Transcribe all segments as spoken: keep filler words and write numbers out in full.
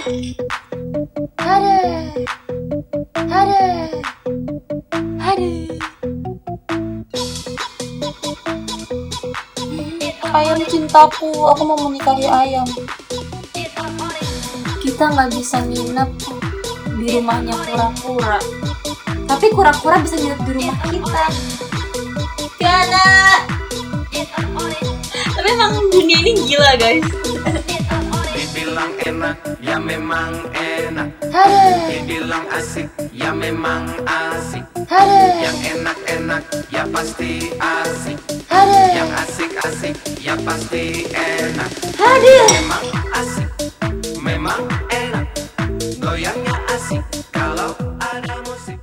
Hade. Hade. Hade. Ayam cintaku, aku mau menikahi ayam. Kita nggak bisa nginep di rumahnya kura-kura, tapi kura-kura bisa nginep di rumah kita. Tiana. Tapi emang dunia ini gila, guys. Dibilang enak, ya memang enak. Hade. Dibilang asik, ya memang asik. Hade. Yang enak-enak, ya pasti asik. Hade. Yang asik-asik, ya pasti enak. Hade. Memang asik, memang enak. Goyangnya asik, kalau ada musik.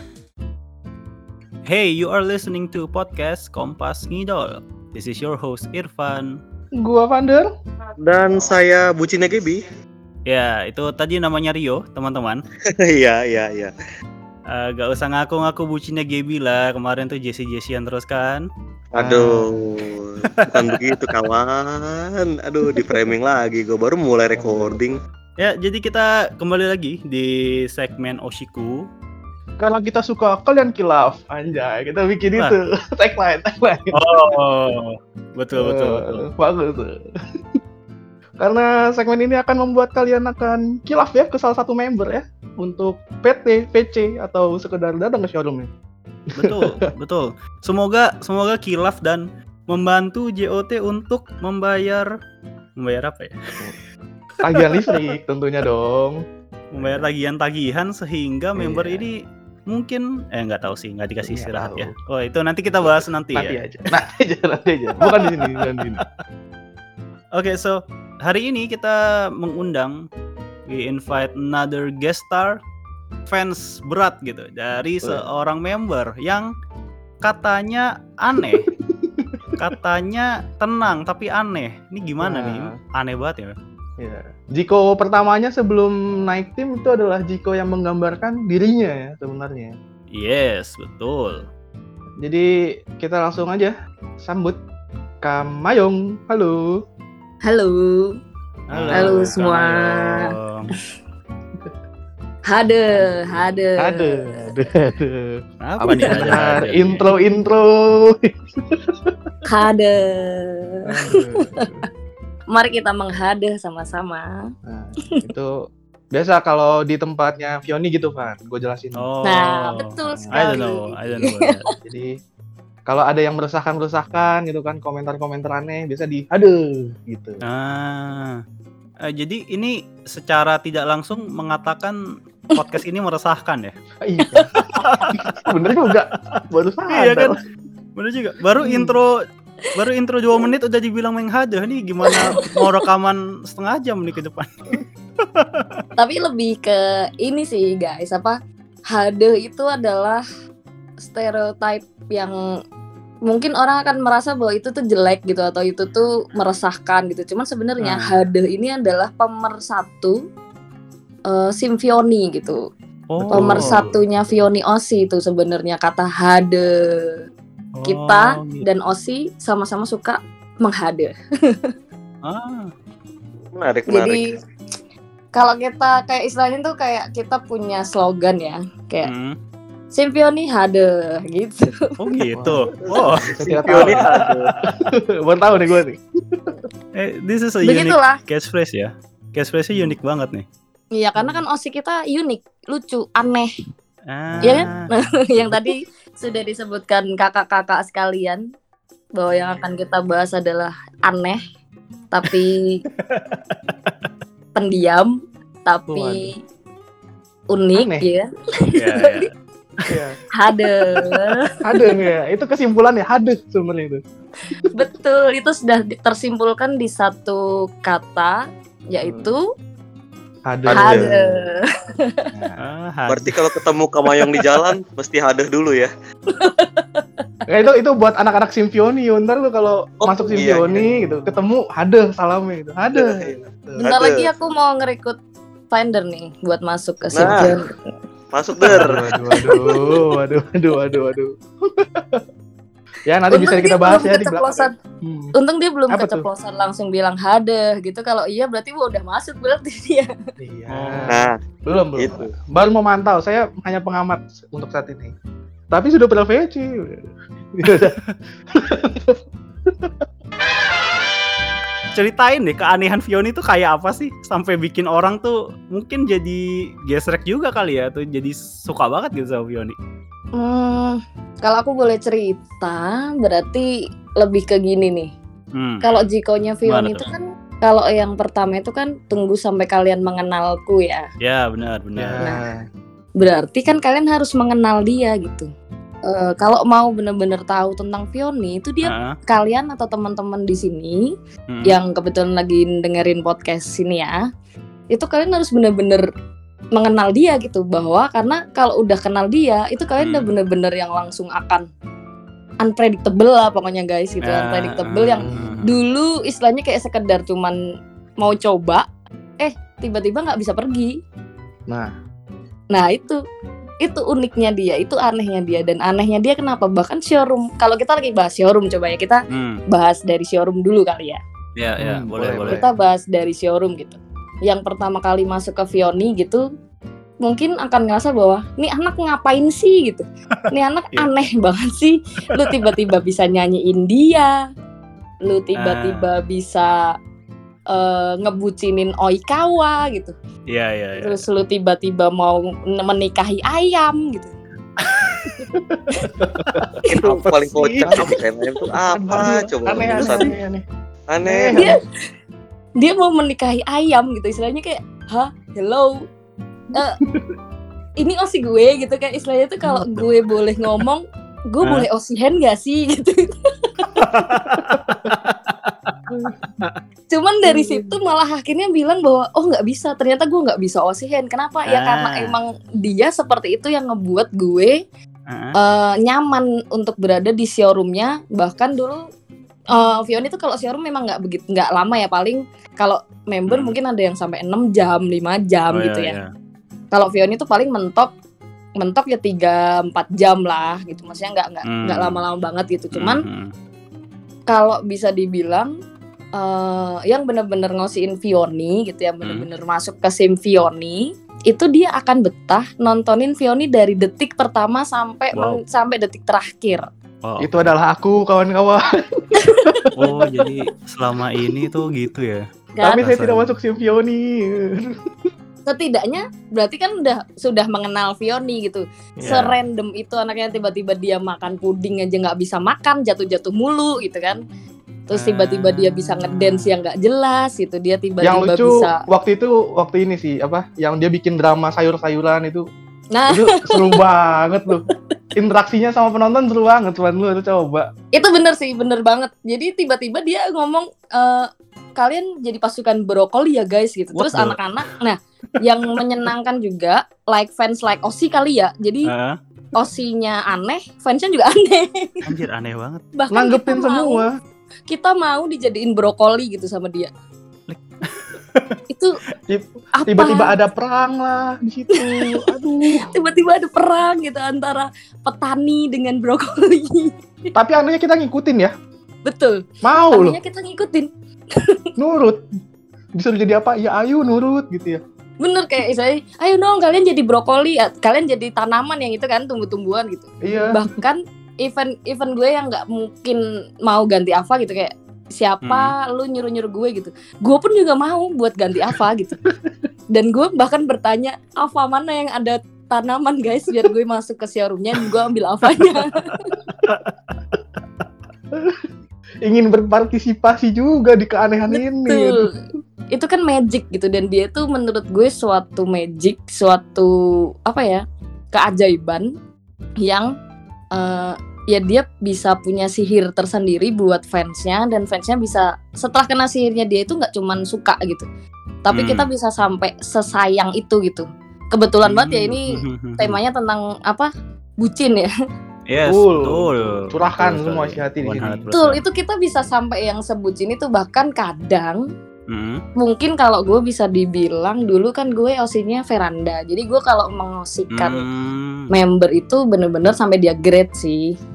Hey, you are listening to podcast Kompas Ngidol. This is your host Irfan. Gua Vander. Dan saya Bucinnya Gaby. Ya, itu tadi namanya Rio, teman-teman. Iya, iya, iya. Uh, gak usah ngaku-ngaku Bucinnya Gaby lah. Kemarin tuh Jesse-Jessian terus kan. Aduh, bukan begitu kawan. Aduh, di framing lagi. Gue baru mulai recording. Ya, jadi kita kembali lagi di segmen Oshiku. Karena kita suka kalian kilaf, anjay. Kita bikin Wah. itu tagline, tagline. Oh, betul, betul, betul. Uh, bagus tuh. Karena segmen ini akan membuat kalian akan kilaf ya ke salah satu member ya, untuk P T, P C atau sekedar datang ke showroomnya. Betul, betul. Semoga semoga kilaf dan membantu J O T untuk membayar membayar apa ya? Tagihan listrik tentunya dong. Membayar tagihan-tagihan sehingga member Iya. ini mungkin eh nggak tahu sih, nggak dikasih Nggak istirahat tahu. ya. Oh, itu nanti kita bahas nanti, Nanti ya. aja, nanti aja, nanti aja. Bukan di sini, bukan di sini. Oke, so hari ini kita mengundang, we invite another guest star, fans berat gitu dari Betul. seorang member yang katanya aneh, katanya tenang tapi aneh. Ini gimana Nah. nih? Aneh banget ya. Ya. Jiko pertamanya sebelum naik tim itu adalah Jiko yang menggambarkan dirinya ya sebenarnya. Yes, betul. Jadi kita langsung aja sambut Kak Mayong. Halo. Halo. Halo, Halo Kak semua. Mayong. Hade. Hade. Ada, ada, ada. Apa Apa nih? nih? ada- ada nih? Intro-intro. Hade. Aduh. Mari kita menghade sama-sama. Nah, itu biasa kalau di tempatnya Fioni gitu, Van. Gue jelasin. Oh. Nah, betul I sekali. don't know, I don't know. about that. Jadi kalau ada yang meresahkan-meresahkan gitu kan, komentar-komentar aneh, biasa di aduh gitu. Ah, Eh, jadi ini secara tidak langsung mengatakan podcast ini meresahkan ya? Iya. Bener juga. Baru sadar. Iya kan? Bener juga. Baru Hmm. intro, baru intro dua menit udah dibilang menghadah. Nih gimana mau rekaman setengah jam nih ke depan? Tapi lebih ke ini sih guys, apa hade itu adalah stereotip yang mungkin orang akan merasa bahwa itu tuh jelek gitu atau itu tuh meresahkan gitu. Cuman sebenarnya Hmm. hade ini adalah pemersatu uh, Simfioni gitu. Oh. Pemersatunya Fioni Osi itu sebenarnya kata hade. Kita Oh, gitu. dan Osi sama-sama suka menghade. Ah, Menarik, Jadi menarik. kalau kita kayak istilahnya tuh kayak kita punya slogan ya, kayak hmm. Simfioni hade gitu. Oh gitu. Oh, Saya tidak tahu. Fioni ada. Baru tahu nih gue nih. eh, this is a unique Begitulah. catchphrase ya. Catchphrase-nya unik banget nih. Iya, karena kan Osi kita unik, lucu, aneh. Ah. Iya kan? Yang tadi sudah disebutkan kakak-kakak sekalian bahwa yang akan kita bahas adalah aneh, tapi pendiam, tapi unik Aneh. ya. Ya, ya. Iya. Hade. Ada ya. Itu kesimpulannya hade sebenarnya itu. Betul, itu sudah di- tersimpulkan di satu kata yaitu Hade. Hade. hade. Ah, had- Berarti kalau ketemu Kamayong di jalan mesti hadah dulu ya. Nah, itu itu buat anak-anak Simfioni. Ntar lu kalau Oh, masuk iya, Simfioni gitu, ketemu hade salamnya gitu. Hade. Bentar Hade. lagi aku mau ngerekrut Finder nih buat masuk ke Nah. Simfioni. Masuk der. Waduh, waduh, waduh, waduh, waduh, waduh. Ya nanti bisa Untung kita dia bahas belum ya di belakang. keceplosan. Hmm. Untung dia belum Apa tuh? keceplosan langsung bilang hadeh gitu. Kalau iya berarti gua udah masuk berarti dia. Iya. Nah, Belum belum. itu. Baru memantau. Saya hanya pengamat untuk saat ini. Tapi sudah pernah V C. Ceritain deh keanehan Vioni tuh kayak apa sih sampai bikin orang tuh mungkin jadi gesrek juga kali ya, tuh jadi suka banget gitu sama Vioni. Hmm, kalau aku boleh cerita, berarti lebih ke gini nih. Hmm. Kalau Jikonya Vioni Gimana itu tuh? kan, kalau yang pertama itu kan tunggu sampai kalian mengenalku ya. Ya benar benar. Nah, berarti kan kalian harus mengenal dia gitu. Eh, kalau mau bener-bener tahu tentang Vioni itu dia Heeh. kalian atau teman-teman di sini Hmm. yang kebetulan lagi dengerin podcast sini ya, itu kalian harus bener-bener mengenal dia gitu, bahwa karena kalau udah kenal dia itu kalian Hmm. udah bener-bener yang langsung akan unpredictable lah pokoknya guys gitu. Ah, Unpredictable yang ah. dulu istilahnya kayak sekedar cuman mau coba, eh tiba-tiba nggak bisa pergi. Nah, Nah itu itu uniknya dia, itu anehnya dia. Dan anehnya dia kenapa? Bahkan showroom, kalau kita lagi bahas showroom, coba ya kita Hmm. bahas dari showroom dulu kali ya. Ya ya Hmm, boleh boleh, boleh. Kita bahas dari showroom gitu. Yang pertama kali masuk ke Vioni gitu, mungkin akan ngerasa bahwa nih anak ngapain sih gitu. Nih anak Iya. aneh banget sih. Lu tiba-tiba bisa nyanyiin dia. Lu tiba-tiba bisa eh, ngebucinin Oikawa gitu. Iya iya iya. Terus lu tiba-tiba mau menikahi ayam gitu. Itu Apa paling sih? kocak S M M tuh apa coba? Aneh aneh Urusan aneh aneh. aneh. Dia dia mau menikahi ayam gitu, istilahnya kayak, hah, hello, Eh, ini osi gue gitu kayak istilahnya tuh kalau gue boleh ngomong, gue Hah? boleh osihen gak sih gitu. Cuman dari situ malah akhirnya bilang bahwa oh nggak bisa, ternyata gue nggak bisa osihen. Kenapa? Ya Ah. karena emang dia seperti itu yang ngebuat gue Heeh. eh, nyaman untuk berada di showroomnya. Bahkan dulu eh Vioni tuh kalau showroom memang nggak begitu nggak lama ya, paling kalau member Hmm. mungkin ada yang sampai enam jam, lima jam Oh, gitu iya, ya. iya. Kalau Vioni tuh paling mentok mentok ya tiga empat jam lah gitu. Maksudnya nggak nggak Hmm. nggak lama-lama banget gitu. Cuman Hmm. kalau bisa dibilang eh yang benar-benar ngosiin Vioni gitu, yang benar-benar masuk ke sim Vioni, itu dia akan betah nontonin Vioni dari detik pertama sampai Wow. men- sampai detik terakhir. Oh, Itu adalah aku kawan-kawan. oh jadi selama ini tuh gitu ya. Kan? Tapi saya Rasanya. tidak masuk sim Vioni. Setidaknya berarti kan udah sudah mengenal Vioni gitu. Iya. Serandom itu anaknya, tiba-tiba dia makan puding aja nggak bisa makan, jatuh-jatuh mulu gitu kan. Terus tiba-tiba dia bisa ngedance yang nggak jelas gitu. Dia Yang tiba-tiba lucu bisa. waktu itu waktu ini sih apa? Yang dia bikin drama sayur-sayuran itu. Nah, Itu seru banget loh. Interaksinya sama penonton seru banget, cuman lu harus coba. itu bener sih, bener banget. Jadi tiba-tiba dia ngomong eh, kalian jadi pasukan brokoli ya guys gitu. What Terus the- anak-anak, nah yang menyenangkan juga like fans like Osi kali ya. Jadi Heeh. Osinya aneh, fansnya juga aneh. Anjir aneh banget. Bahkan Nanggepin kita mau, semua. kita mau dijadiin brokoli gitu sama dia. Itu Tip- apa? Tiba-tiba ada perang lah di situ. Aduh. Tiba-tiba ada perang gitu antara petani dengan brokoli. Tapi anehnya kita ngikutin ya. Betul. Mau loh, Artinya kita ngikutin. nurut. Disuruh jadi apa? Ya ayo nurut gitu ya. Bener kayak saya, ayo dong kalian jadi brokoli, ya, kalian jadi tanaman yang itu kan, tumbuh-tumbuhan gitu. Iya. Bahkan event event gue yang nggak mungkin mau ganti Ava gitu, kayak siapa lu nyuruh-nyuruh gue gitu. Gue pun juga mau buat ganti Ava gitu. Dan gue bahkan bertanya, Ava mana yang ada tanaman guys, biar gue masuk ke showroomnya dan gue ambil Avanya. Ingin berpartisipasi juga di keanehan ini. Betul. Itu kan magic gitu, dan dia tuh menurut gue suatu magic, suatu apa ya, keajaiban yang eh, ya dia bisa punya sihir tersendiri buat fansnya, dan fansnya bisa setelah kena sihirnya dia itu nggak cuman suka gitu, tapi Hmm. kita bisa sampai sesayang itu gitu. Kebetulan banget ya ini Hmm. temanya tentang apa, bucin ya. Yes, Betul. betul. Curahkan Betul semua sekali. isi hati di sini. seratus persen. Betul, itu kita bisa sampai yang sebucin itu. Bahkan kadang Hmm. mungkin kalau gue bisa dibilang dulu kan gue osinya veranda, jadi gue kalau mengosikan Hmm. member itu bener-bener sampai dia grade sih.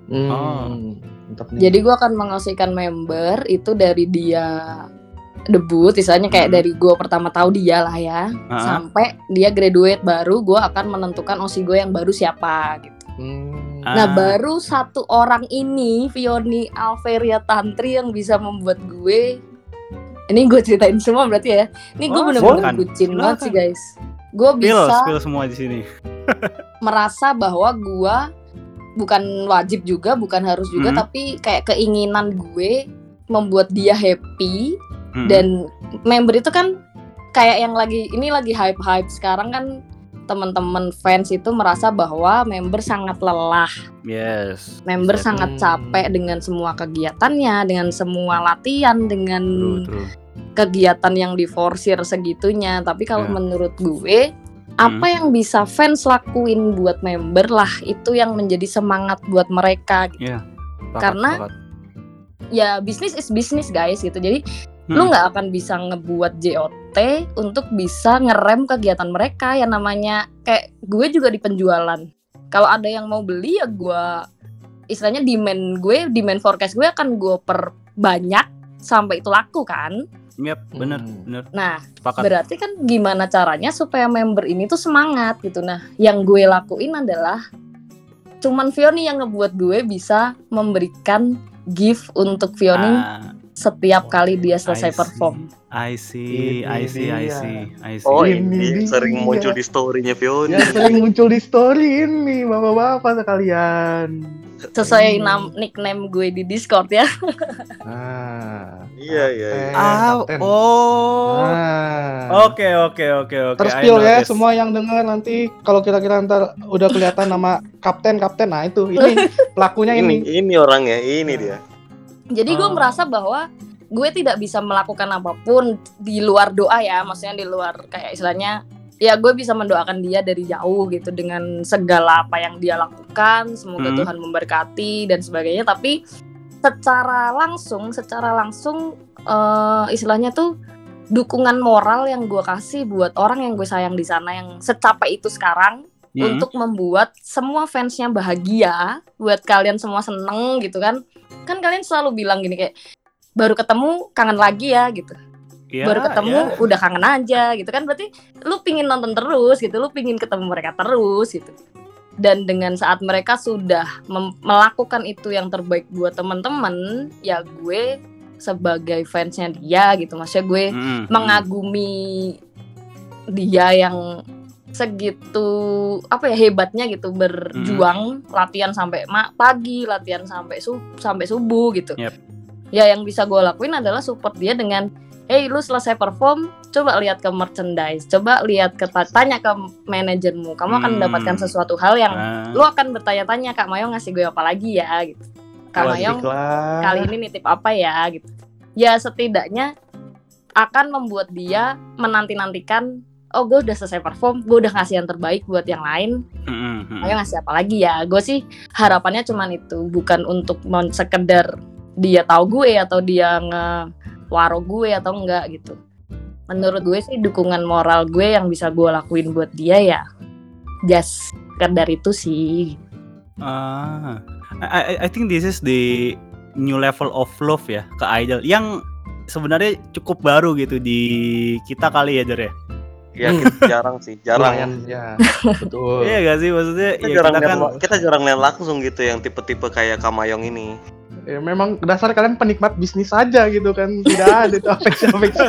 Hmm, Oh. mantap nih. Jadi gue akan mengoksikan member itu dari dia debut, istilahnya kayak Hmm. dari gue pertama tahu dia lah ya, Ah. sampai dia graduate baru gue akan menentukan O S I gue yang baru siapa gitu. Hmm. Ah. Nah baru satu orang ini, Vioni Alveria Tantri, yang bisa membuat gue, ini gue ceritain semua berarti ya. Ini gue Oh, bener-bener silakan. bucin banget sih Silakan. guys. Gue Spill, bisa spill semua di sini. merasa bahwa gue bukan wajib juga, bukan harus juga, Hmm. tapi kayak keinginan gue membuat dia happy. Mm-mm. Dan member itu kan kayak yang lagi ini lagi hype-hype sekarang kan, teman-teman fans itu merasa bahwa member sangat lelah, Yes. member Exactly. sangat capek dengan semua kegiatannya, dengan semua latihan, dengan True, true. kegiatan yang diforsir segitunya. Tapi kalau Ya. menurut gue, apa yang bisa fans lakuin buat member lah itu yang menjadi semangat buat mereka gitu. Iya. Sepakat, Karena sepakat. Ya bisnis is bisnis guys gitu. Jadi Hmm. lu nggak akan bisa ngebuat J O T untuk bisa ngerem kegiatan mereka. Yang namanya kayak gue juga di penjualan, kalau ada yang mau beli ya gue, istilahnya demand gue, demand forecast gue akan gue perbanyak sampai itu laku kan. Yep, bener, Hmm. bener. Nah Sepakat. berarti kan gimana caranya supaya member ini tuh semangat gitu. Nah yang gue lakuin adalah cuman Vioni yang ngebuat gue bisa memberikan gift untuk Vioni Ah, setiap kali dia I selesai perform. see, I see, I Ini see, I dia. see, I see. Oh, Ini ini dia. sering muncul di story-nya Vioni. Yang sering muncul di story ini bapak-bapak sekalian. Sesuai Ini. nam- nickname gue di Discord ya. Ah. Iya, iya, iya. Kapten, Ah, kapten. oh. Nah. Oke, oke, oke, oke. Terspill I ya notice. semua yang dengar nanti kalau kira-kira ntar udah kelihatan nama kapten kapten, nah itu ini pelakunya Ini, ini. ini orangnya, ini dia. Jadi gue Oh. merasa bahwa gue tidak bisa melakukan apapun di luar doa ya. Maksudnya di luar kayak istilahnya, ya gue bisa mendoakan dia dari jauh gitu dengan segala apa yang dia lakukan. Semoga Hmm. Tuhan memberkati dan sebagainya. Tapi secara langsung, secara langsung eh, istilahnya tuh dukungan moral yang gue kasih buat orang yang gue sayang di sana yang secapek itu sekarang, Hmm. untuk membuat semua fansnya bahagia, buat kalian semua seneng gitu kan. Kan kalian selalu bilang gini kayak, baru ketemu kangen lagi ya gitu. Ya, Baru ketemu ya. udah kangen aja gitu kan. Berarti lu pingin nonton terus gitu, lu pingin ketemu mereka terus gitu. Dan dengan saat mereka sudah mem- melakukan itu yang terbaik buat teman-teman, ya gue sebagai fansnya dia gitu, maksudnya gue Mm, mm. mengagumi dia yang segitu apa ya hebatnya gitu, berjuang latihan sampai ma- pagi, latihan sampai sub sampai subuh gitu. Yep. Ya yang bisa gue lakuin adalah support dia dengan, hey lu selesai perform, coba lihat ke merchandise, coba lihat ke tanya ke manajermu, kamu akan Hmm. mendapatkan sesuatu hal yang Ah, lu akan bertanya-tanya, Kak Mayong ngasih gue apa lagi ya gitu. Kak Klasik Mayong lah. kali ini nitip apa ya gitu. Ya setidaknya akan membuat dia menanti-nantikan, oh gue udah selesai perform, gue udah ngasih yang terbaik buat yang lain, mm, mm, mm. ayo ngasih apa lagi ya. Gue sih harapannya cuman itu, bukan untuk mon- sekedar dia tahu gue atau dia ngewaro gue atau enggak gitu. Menurut gue sih dukungan moral gue yang bisa gue lakuin buat dia ya just sekedar itu sih. Ah, I, I I think this is the new level of love ya ke idol yang sebenarnya cukup baru gitu di kita kali ya, Jer ya. Ya, kita jarang sih, jarang. Lumayan, ya. Betul. Iya gak sih, maksudnya Kita ya jarang kita lihat, kan kita jarang lihat langsung gitu yang tipe-tipe kayak Kamayong ini. Ya, memang dasar kalian penikmat bisnis aja gitu kan, tidak ada itu afeksi-afeksi.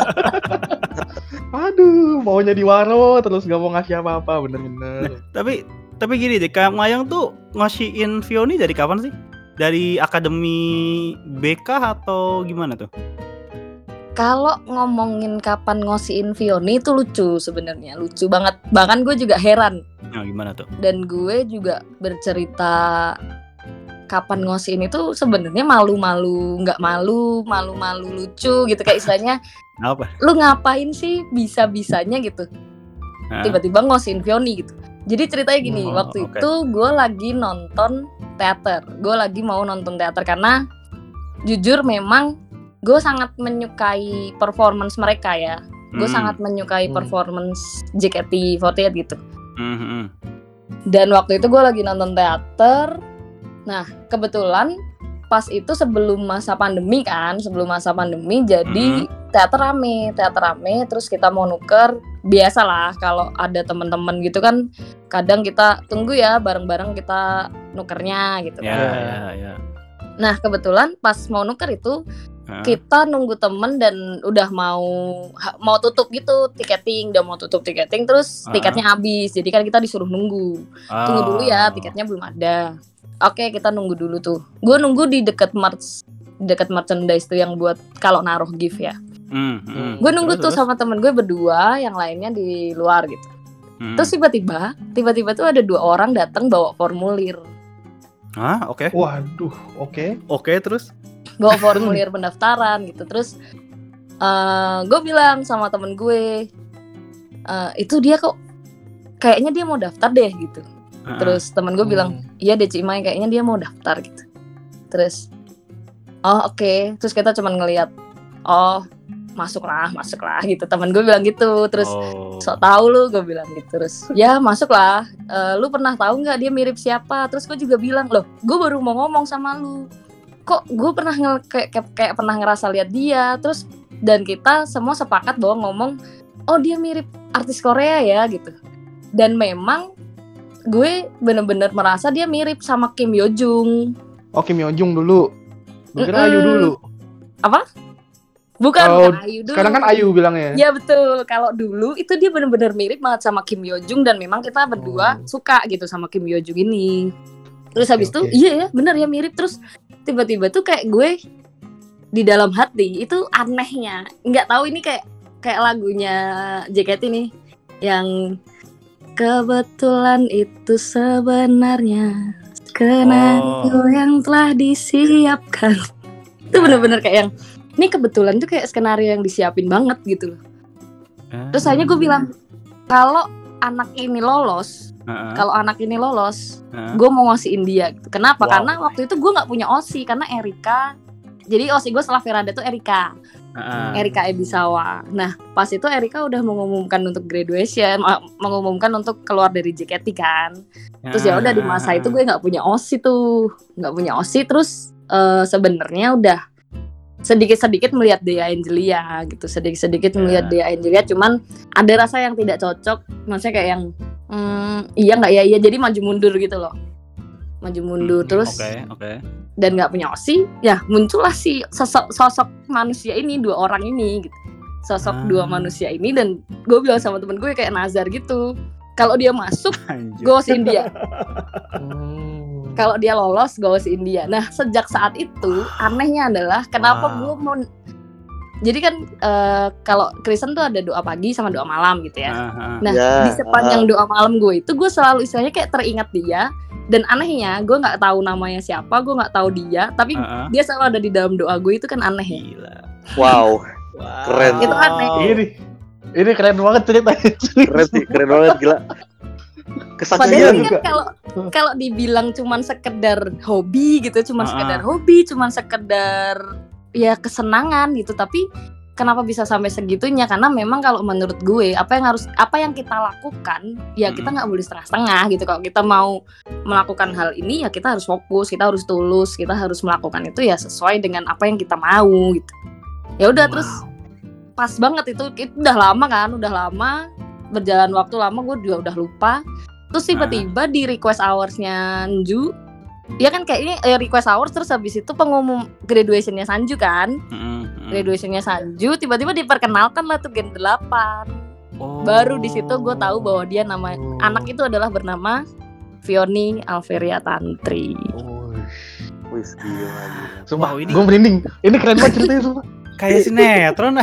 Aduh, maunya diwaro terus gak mau ngasih apa-apa, bener-bener. tapi tapi gini deh, Kak Mayang tuh ngasihin Vioni dari kapan sih? Dari akademi B K atau gimana tuh? Kalau ngomongin kapan ngosiin Vioni itu lucu sebenarnya, lucu banget. Bahkan gue juga heran, Nah, gimana tuh? dan gue juga bercerita kapan ngosiin itu sebenarnya malu-malu, nggak malu, malu-malu lucu gitu, kayak istilahnya Apa? lu ngapain sih bisa-bisanya gitu Hah? tiba-tiba ngosiin Vioni gitu. Jadi ceritanya gini, Oh, waktu oke. itu gue lagi nonton teater, gue lagi mau nonton teater karena jujur memang gue sangat menyukai performance mereka ya. Gue Hmm. sangat menyukai Hmm. performance J K T empat puluh delapan gitu. Hmm, hmm, hmm. Dan waktu itu gue lagi nonton teater, Nah, kebetulan pas itu sebelum masa pandemi kan, sebelum masa pandemi jadi Mhm. teater rame, teater rame terus kita mau nuker, biasalah kalau ada teman-teman gitu kan kadang kita tunggu ya bareng-bareng kita nukernya gitu Ya, kan. ya, ya. Nah, kebetulan pas mau nuker itu Heeh. kita nunggu temen dan udah mau ha- mau tutup gitu tiketing, udah mau tutup tiketing terus Heeh. tiketnya habis. Jadi kan kita disuruh nunggu. Tunggu dulu ya, Oh. tiketnya belum ada. Oke, kita nunggu dulu tuh. Gue nunggu di deket merch, deket merchandise tuh yang buat kalau naruh gift ya. Hmm, hmm. Gue nunggu Terus, tuh terus? sama temen gue berdua, yang lainnya di luar gitu. Hmm. Terus tiba-tiba, tiba-tiba tuh ada dua orang datang bawa formulir, Hah, oke. Waduh, oke. Oke, terus? bawa formulir pendaftaran gitu. Terus eh gue bilang sama temen gue, "Eh, itu dia kok kayaknya dia mau daftar deh gitu." Heeh. Terus temen gue bilang, "Iya deh Cik Mai, kayaknya dia mau daftar gitu." Terus, oh oke. Terus kita cuman ngeliat, oh masuklah, masuklah gitu. Temen gue bilang gitu. Terus, Oh. sok tahu lu, gue bilang gitu. Terus, ya masuklah. Eh, lu pernah tahu nggak dia mirip siapa? Terus gue juga bilang, loh, gue baru mau ngomong sama lu. Kok gue pernah nge- kayak, kayak, kayak pernah ngerasa lihat dia. Terus dan kita semua sepakat bahwa ngomong, oh dia mirip artis Korea ya gitu. Dan memang gue bener-bener merasa dia mirip sama Kim Yo Jung. Oh, Kim Yo Jung dulu. Gue kira Ayu Mm-mm. dulu. Bukan, Kalau bukan Ayu dulu. Sekarang kan Ayu bilangnya. Ya betul. Kalau dulu itu dia bener-bener mirip banget sama Kim Yo Jung dan memang kita berdua Oh. suka gitu sama Kim Yo Jung ini. Terus habis Oke, itu, oke. iya ya bener ya mirip. Terus tiba-tiba tuh kayak gue di dalam hati itu anehnya. Nggak tahu ini kayak kayak lagunya J K T nih yang kebetulan itu sebenarnya skenario Oh. yang telah disiapkan. Itu bener-bener kayak yang ini kebetulan tuh kayak skenario yang disiapin banget gitu loh. Terus akhirnya gue bilang, kalau anak ini lolos, Heeh. kalau anak ini lolos, Heeh. gue mau ngasihin dia. Kenapa? Wow. Karena waktu itu gue nggak punya O S I karena Erika. Jadi O S I gue setelah Veranda tuh Erika, Heeh. Erika Ebisawa. Nah pas itu Erika udah mengumumkan untuk graduation, ma- mengumumkan untuk keluar dari J K T kan. Terus ya udah di masa itu gue nggak punya O S I tuh, nggak punya O S I. Terus eh, sebenarnya udah sedikit-sedikit melihat Dea Angelia gitu, sedikit-sedikit Ya. melihat Dea Angelia, cuman ada rasa yang tidak cocok, maksudnya kayak yang hmm, iya nggak ya iya, jadi maju mundur gitu loh, maju mundur. Hmm, Terus Oke, oke. dan nggak punya O S I, ya muncullah si sosok sosok manusia ini, dua orang ini gitu, sosok Ah. dua manusia ini. Dan gue bilang sama temen gue kayak nazar gitu, kalau dia masuk Anjir. gue O S I-in dia, Hmm. kalau dia lolos gue O S I-in dia. Nah sejak saat itu anehnya adalah kenapa Wow. gue mau, jadi kan eh, kalau Kristen tuh ada doa pagi sama doa malam gitu ya. Heeh. Nah Ya, di sepanjang doa malam gue itu gue selalu istilahnya kayak teringat dia. Dan anehnya gue nggak tahu namanya siapa, gue nggak tahu dia, tapi Heeh. dia selalu ada di dalam doa gue. Itu kan aneh ya. Gila. wow, Wow. Keren. Itu aneh. Ini ini keren banget ceritanya. keren sih, keren banget gila. Padahal Kesaksian. ini kan kalau kalau dibilang cuman sekedar hobi gitu, cuman Ah, sekedar ah. hobi, cuman sekedar ya kesenangan gitu. Tapi kenapa bisa sampai segitunya? Karena memang kalau menurut gue apa yang harus apa yang kita lakukan ya kita Mm-mm. nggak boleh setengah-setengah gitu. Kalau kita mau melakukan hal ini ya kita harus fokus, kita harus tulus, kita harus melakukan itu ya sesuai dengan apa yang kita mau gitu. Ya udah, terus pas banget itu, itu udah lama kan, udah lama berjalan waktu lama, gue juga udah lupa. Terus tiba-tiba di request hours-nya Sanju, ya kan kayaknya eh, request hours, terus habis itu pengumum graduation-nya Sanju kan, Heeh, heeh. graduation-nya Sanju, tiba-tiba diperkenalkan lah tuh Gen delapan. Oh. Baru di situ gue tahu bahwa dia nama Oh. anak itu adalah bernama Vioni Alveria Tantri. Wih, gila, gila. Sumpah, Wow, ini- gue merinding. Ini keren banget ceritanya, sumpah. Kayak sinetron.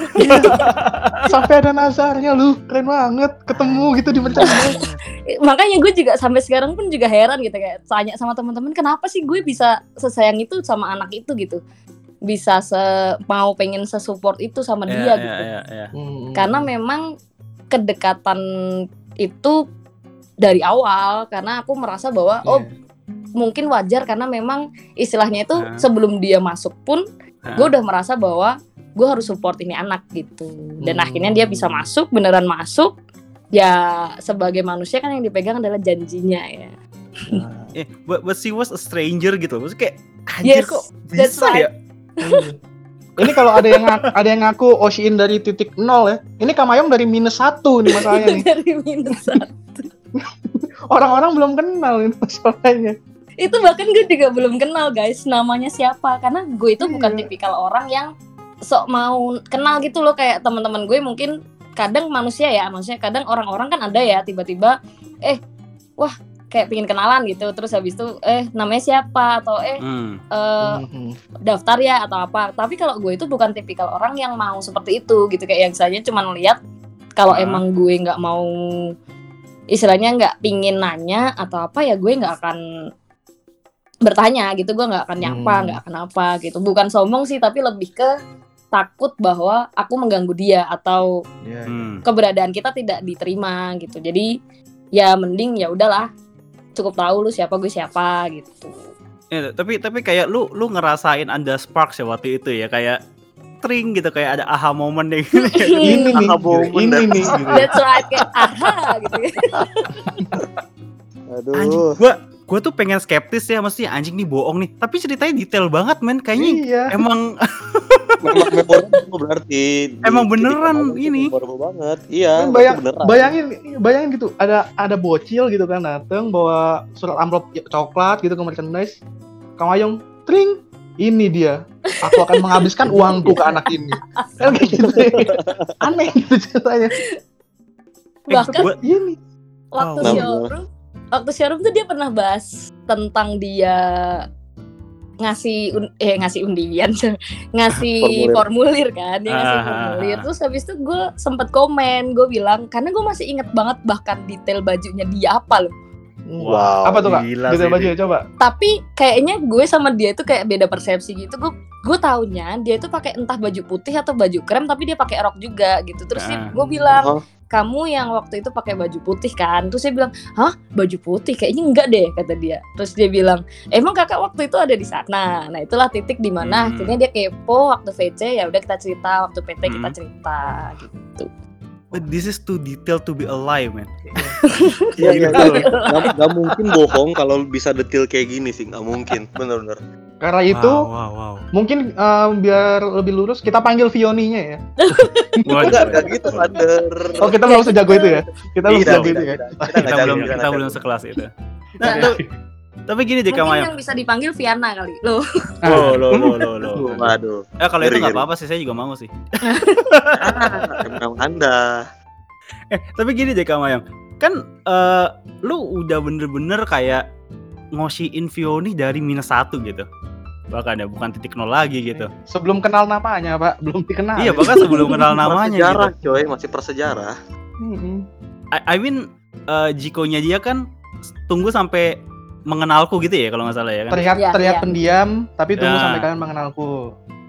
Sampai ada nazarnya lu, keren banget. Ketemu gitu di merchandise. Eh, Makanya gue juga sampai sekarang pun juga heran gitu, kayak tanya sama teman-teman kenapa sih gue bisa sesayang itu sama anak itu gitu, bisa se mau pengen sesupport itu sama dia Iya, gitu. iya, iya. Hmm. Karena memang kedekatan itu dari awal, karena aku merasa bahwa oh mungkin wajar karena memang istilahnya itu Nah. sebelum dia masuk pun Nah. gue udah merasa bahwa gue harus support ini anak gitu. Dan Hmm. akhirnya dia bisa masuk, beneran masuk. Ya sebagai manusia kan yang dipegang adalah janjinya ya. Eh, but, but she was a stranger gitu. Maksudnya kayak anjir Yes, kok that's bisa ya? right. Ini kalau ada yang ngaku, ada yang ngaku Oshin dari titik nol ya. Ini Kamayong dari minus satu nih masalahnya nih. Dari minus satu. Orang-orang belum kenal ini masalahnya. Itu bahkan gue juga belum kenal guys namanya siapa, karena gue itu bukan Iya. tipikal orang yang sok mau kenal gitu loh. Kayak teman-teman gue mungkin kadang manusia ya, maksudnya kadang orang-orang kan ada ya tiba-tiba eh wah kayak pingin kenalan gitu, terus habis itu eh namanya siapa atau eh Hmm. eh, Mhm. daftar ya atau apa. Tapi kalau gue itu bukan tipikal orang yang mau seperti itu gitu, kayak yang saya cuma lihat kalau Ah. emang gue nggak mau istilahnya nggak pingin nanya atau apa ya gue nggak akan bertanya gitu, gue nggak akan nyapa, Hmm. nggak akan apa gitu. Bukan sombong sih, tapi lebih ke takut bahwa aku mengganggu dia atau Iya, iya. Hmm. keberadaan kita tidak diterima gitu. Jadi ya mending ya udahlah, cukup tahu lu siapa gue siapa gitu. Ya, tapi tapi kayak lu lu ngerasain ada sparks ya waktu itu ya, kayak tring gitu, kayak ada aha moment deh gitu. Ini nih, Ah, gitu. bohong ini dah. nih. Gitu. That's right, kayak aha gitu. Anjing, Aduh. gua gua tuh pengen skeptis ya, mesti anjing nih bohong nih. Tapi ceritanya detail banget men, kayaknya Iya. emang Memang memorable berarti. Di Emang titik beneran Kamayong tuh ini. memorable banget. Iya, Kan berarti bayang, beneran. bayangin, bayangin gitu. Ada ada bocil gitu kan dateng bawa surat amplop coklat gitu ke merchandise. Kamayong, tring, ini dia. Aku akan menghabiskan uangku ke anak ini. Kan kayak gitu. Aneh gitu ceritanya. Bahkan gua- Ini. waktu Wow. showroom, waktu showroom tuh dia pernah bahas tentang dia ngasih un- eh ngasih undian ngasih Formulir. formulir kan, dia ngasih Ah. formulir. Terus habis itu gue sempet komen, gue bilang karena gue masih inget banget bahkan detail bajunya dia apa loh. Wow, Apa tuh kak? gila Detail sih baju ini. ya coba. Tapi kayaknya gue sama dia itu kayak beda persepsi gitu. Gue gue taunya dia itu pakai entah baju putih atau baju krem, tapi dia pakai rok juga gitu. Terus Ah. gue bilang, Oh, kamu yang waktu itu pakai baju putih kan? Terus saya bilang, hah baju putih? Kayaknya enggak deh, kata dia. Terus dia bilang, emang kakak waktu itu ada di sana. Nah itulah titik di mana Hmm. akhirnya dia kepo waktu V C, ya udah kita cerita, waktu P T kita Hmm. cerita gitu. But this is too detailed to be a lie man. iya, iya, Gitu. iya. Gak, gak mungkin bohong kalau bisa detail kayak gini sih, gak mungkin, bener-bener. Karena itu Wow, wow, wow. mungkin eh, biar lebih lurus kita panggil Vioninya ya. Waduh, Enggak, enggak waduh, gitu, waduh. Father. Oh kita belum sejago itu ya. Kita belum Tidak, sejago tidak, itu ya. tidak. Kita Kita nggak belum jago, kita nggak belum jago. sekelas itu. Nah, Nah, tuh- tapi gini deh mungkin Kamayong. yang bisa dipanggil Viana kali. Loh, Oh, lo lo lo lo. Waduh, Eh kalau itu Ngeri, nggak ngeri. apa-apa sih, saya juga mau sih. ah, emang Anda. Eh tapi gini deh Kamayong, kan eh, lu udah bener-bener kayak ngosiin Vioni dari minus satu gitu, bahkan ya bukan titik nol lagi gitu. Sebelum kenal namanya pak, belum dikenal. Iya bahkan sebelum kenal namanya gitu. Prasejarah, coy, masih prasejarah. Mm-mm. I, I mean eh, Jikonya dia kan tunggu sampai mengenalku gitu ya kalau nggak salah ya kan. Terlihat Iya, terlihat iya. pendiam, tapi tunggu Ya. sampai kalian mengenalku.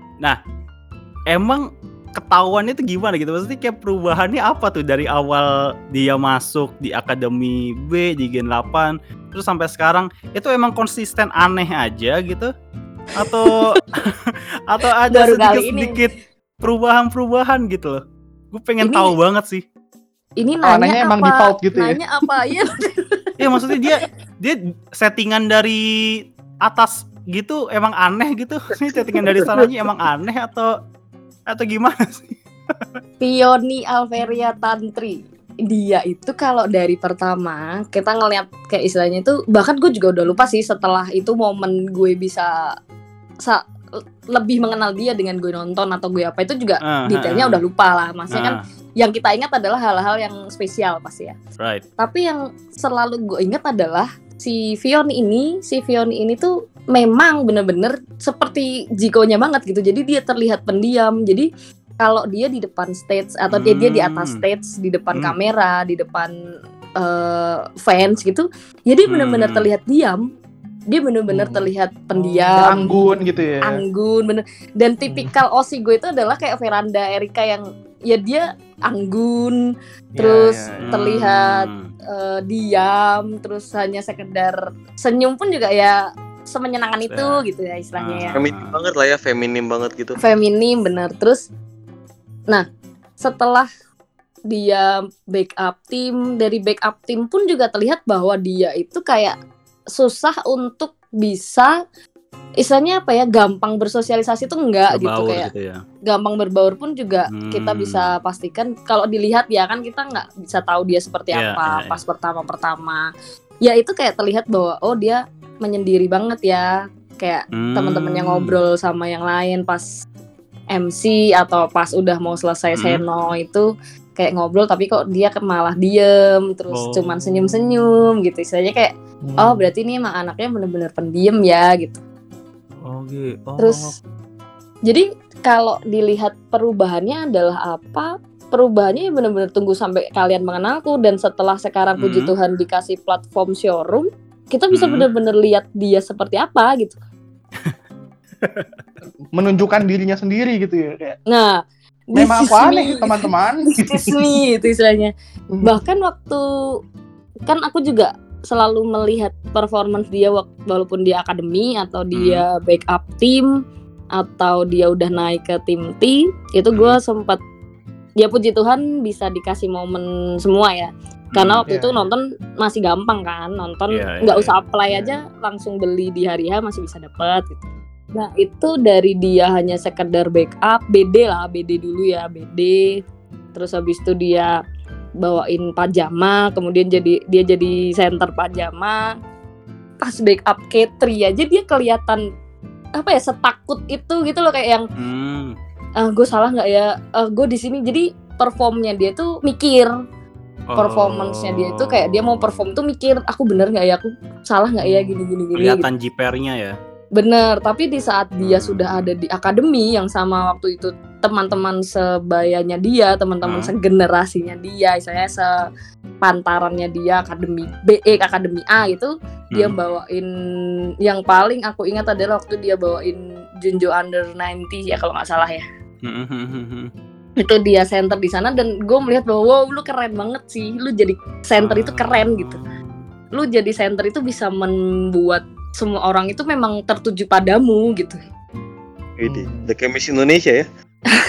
Emang ketahuannya itu gimana gitu? Maksudnya kayak perubahannya apa tuh dari awal dia masuk di Akademi B di Gen delapan terus sampai sekarang itu emang konsisten aneh aja gitu? Atau atau ada Baru kali ini. sedikit-sedikit perubahan-perubahan gitu loh. Gue pengen Ini- tahu banget sih. ini Oh, nanya anehnya apa? emang default gitu ya? Nanya apa? Iya. Ya maksudnya dia dia settingan dari atas gitu emang aneh gitu. Settingan dari sananya emang aneh atau atau gimana sih? Vioni Alveria Tantri, dia itu kalau dari pertama kita ngeliat kayak istilahnya itu, bahkan gue juga udah lupa sih setelah itu momen gue bisa sa- lebih mengenal dia dengan gue nonton atau gue apa itu juga Ah, detailnya ah, udah lupa lah. Maksudnya kan ah, yang kita ingat adalah hal-hal yang spesial pasti ya. right. Tapi yang selalu gue ingat adalah si Vioni ini, si Vioni ini tuh memang bener-bener seperti Jikonya banget gitu. Jadi dia terlihat pendiam. Jadi kalau dia di depan stage atau dia dia di atas Hmm. stage, di depan Hmm. kamera, di depan eh, fans gitu, ya dia bener-bener Hmm. terlihat diam. Dia bener-bener Hmm. terlihat Ya, pendiam, anggun gitu ya. anggun bener. Dan tipikal Osi gue itu adalah kayak Veranda Erika yang ya dia anggun, Ya, terus ya, ya. terlihat Hmm. eh, diam, terus hanya sekedar senyum pun juga ya semenyenangkan itu Ya. gitu ya istilahnya ya. Ah. Feminim banget lah ya, feminim banget gitu. Feminim bener. Terus nah setelah dia backup tim, dari backup tim pun juga terlihat bahwa dia itu kayak susah untuk bisa istilahnya apa ya, gampang bersosialisasi tuh enggak gitu, Berbaur kayak gitu ya. gampang berbaur pun juga Hmm. kita bisa pastikan kalau dilihat ya kan kita nggak bisa tahu dia seperti Iya, apa iya, iya. pas pertama-pertama. Ya itu kayak terlihat bahwa oh dia menyendiri banget ya, kayak Hmm. teman-temannya ngobrol sama yang lain pas M C atau pas udah mau selesai Hmm. seno itu kayak ngobrol tapi kok dia ke- malah diem terus Oh. cuman senyum-senyum gitu, istilahnya kayak Hmm. oh berarti ini emang anaknya bener-bener pendiam ya gitu. Oh gitu. Oh. Terus jadi kalau dilihat perubahannya adalah apa? Perubahannya ya benar-benar tunggu sampai kalian mengenalku, dan setelah sekarang puji Mhm. Tuhan dikasih platform showroom, kita bisa Mhm. benar-benar lihat dia seperti apa gitu. menunjukkan dirinya sendiri gitu ya, kayak Nah, memang this aku is aneh me. teman-teman. This is me itu istilahnya. Bahkan waktu kan aku juga selalu melihat performance dia wak- walaupun dia akademi atau dia backup tim atau dia udah naik ke tim T, itu gue sempat ya puji Tuhan bisa dikasih momen semua ya. Karena Hmm. waktu Iya, itu iya. nonton masih gampang kan, nonton Iya, iya, nggak iya. usah apply Iya, aja langsung beli di hari H masih bisa dapat gitu. Nah itu dari dia hanya sekedar backup B D lah, B D dulu ya B D. Terus habis itu dia bawain pajama, kemudian jadi dia jadi center pajama. Pas backup K tiga aja dia kelihatan apa ya, setakut itu gitu loh, kayak yang Hmm. ah gue salah nggak ya, ah gue di sini. Jadi performnya dia tuh mikir, performance-nya dia itu kayak dia mau perform tuh mikir aku bener nggak ya, aku salah nggak ya, gini gini gini gitu. Kelihatan jipernya ya. Bener, tapi di saat dia Hmm. sudah ada di akademi yang sama waktu itu teman-teman sebayanya dia, teman-teman Hmm. segenerasinya dia, saya sepantarannya dia akademi B, eh, akademi A itu, dia Hmm. bawain yang paling aku ingat adalah waktu dia bawain Junjo Under sembilan puluh ya kalau nggak salah ya. Hmm, hmm, hmm, hmm. Itu dia center di sana dan gue melihat bahwa wow lu keren banget sih, lu jadi center itu keren gitu. Lu jadi center itu bisa membuat semua orang itu memang tertuju padamu gitu. Ini The Chemist Indonesia ya.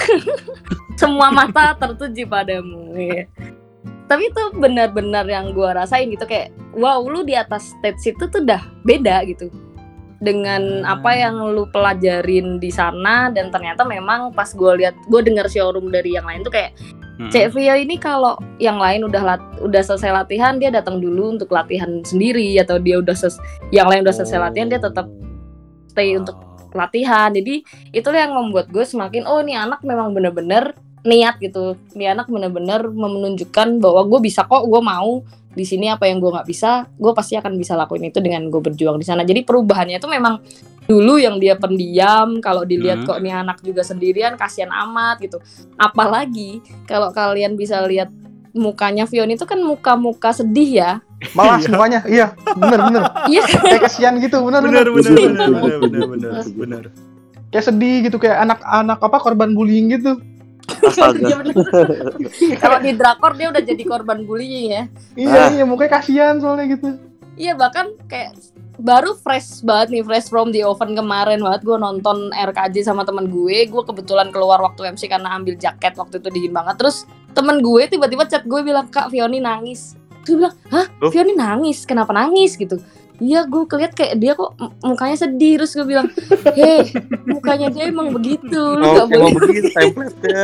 Semua mata tertuju padamu. Iya. Tapi itu benar-benar yang gue rasain gitu, kayak wow lu di atas stage itu tuh udah beda gitu dengan apa yang lu pelajarin di sana. Dan ternyata memang pas gue lihat, gue dengar showroom dari yang lain tuh kayak Hmm. Cek Vio ini kalau yang lain udah lat- udah selesai latihan dia datang dulu untuk latihan sendiri, atau dia udah ses- yang lain udah selesai latihan dia tetap stay untuk latihan. Jadi itulah yang membuat gue semakin oh ini anak memang bener-bener niat gitu. Ini anak bener-bener menunjukkan bahwa gue bisa kok, gue mau di sini, apa yang gue nggak bisa gue pasti akan bisa lakuin itu dengan gue berjuang di sana. Jadi perubahannya itu memang dulu yang dia pendiam, kalau dilihat Hmm. kok ini anak juga sendirian, kasihan amat gitu. Apalagi kalau kalian bisa lihat mukanya Vion itu kan muka-muka sedih ya. Malah semuanya, iya, bener-bener. Iya Kayak kesian gitu, Benar bener-bener. benar benar benar benar benar benar. Kayak sedih gitu, kayak anak-anak apa korban bullying gitu. Astaga. Iya bener. Kalau di drakor dia udah jadi korban bullying ya. Iya, Ah. iya, mukanya kasihan soalnya gitu. Iya, bahkan kayak baru fresh banget nih, fresh from the oven kemarin banget gue nonton R K J sama temen gue. Gue kebetulan keluar waktu M C karena ambil jaket, waktu itu dingin banget. Terus temen gue tiba-tiba chat gue bilang, "Kak, Vioni nangis." Gue bilang, "Hah? Loh? Vioni nangis? Kenapa nangis?" gitu. Iya, gue keliat kayak dia kok m- mukanya sedih. Terus gue bilang, "Hei, mukanya dia emang begitu, lu Oh, gak boleh." emang begitu template-nya.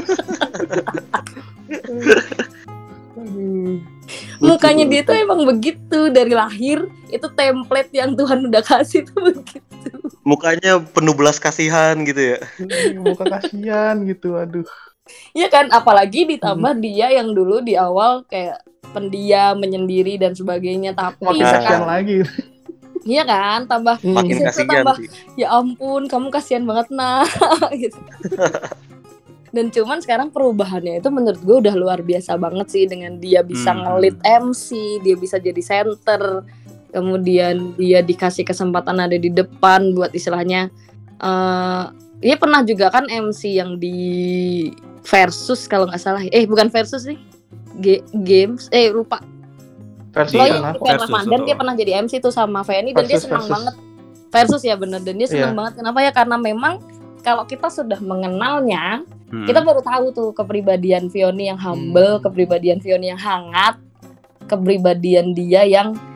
Aduh. Mukanya dia tuh emang begitu dari lahir. Itu template yang Tuhan udah kasih tuh begitu. Mukanya penuh belas kasihan gitu ya. Muka kasihan gitu, aduh. Iya kan, apalagi ditambah dia yang dulu di awal kayak pendiam, menyendiri dan sebagainya. Tapi Makin Nah. kasihan sekarang, lagi. iya kan, tambah Makin Di situ kasihan tambah, sih. ya ampun, kamu kasihan banget nah, gitu. Dan cuman sekarang perubahannya itu menurut gue udah luar biasa banget sih, dengan dia bisa Hmm. ngelit M C, dia bisa jadi center, kemudian dia dikasih kesempatan ada di depan buat istilahnya. eh dia pernah juga kan M C yang di Versus kalau nggak salah, eh bukan Versus sih, G- Games, eh lupa. Versi Oh Iya, iya, sana. Event Versus, Ramadan dia betul. pernah jadi M C tuh sama Feni, dan dia Versus, senang versus. banget. Versus ya bener, dan dia senang Iya. banget. Kenapa ya? Karena memang kalau kita sudah mengenalnya, Hmm. kita baru tahu tuh kepribadian Vioni yang humble, Hmm. kepribadian Vioni yang hangat, kepribadian dia yang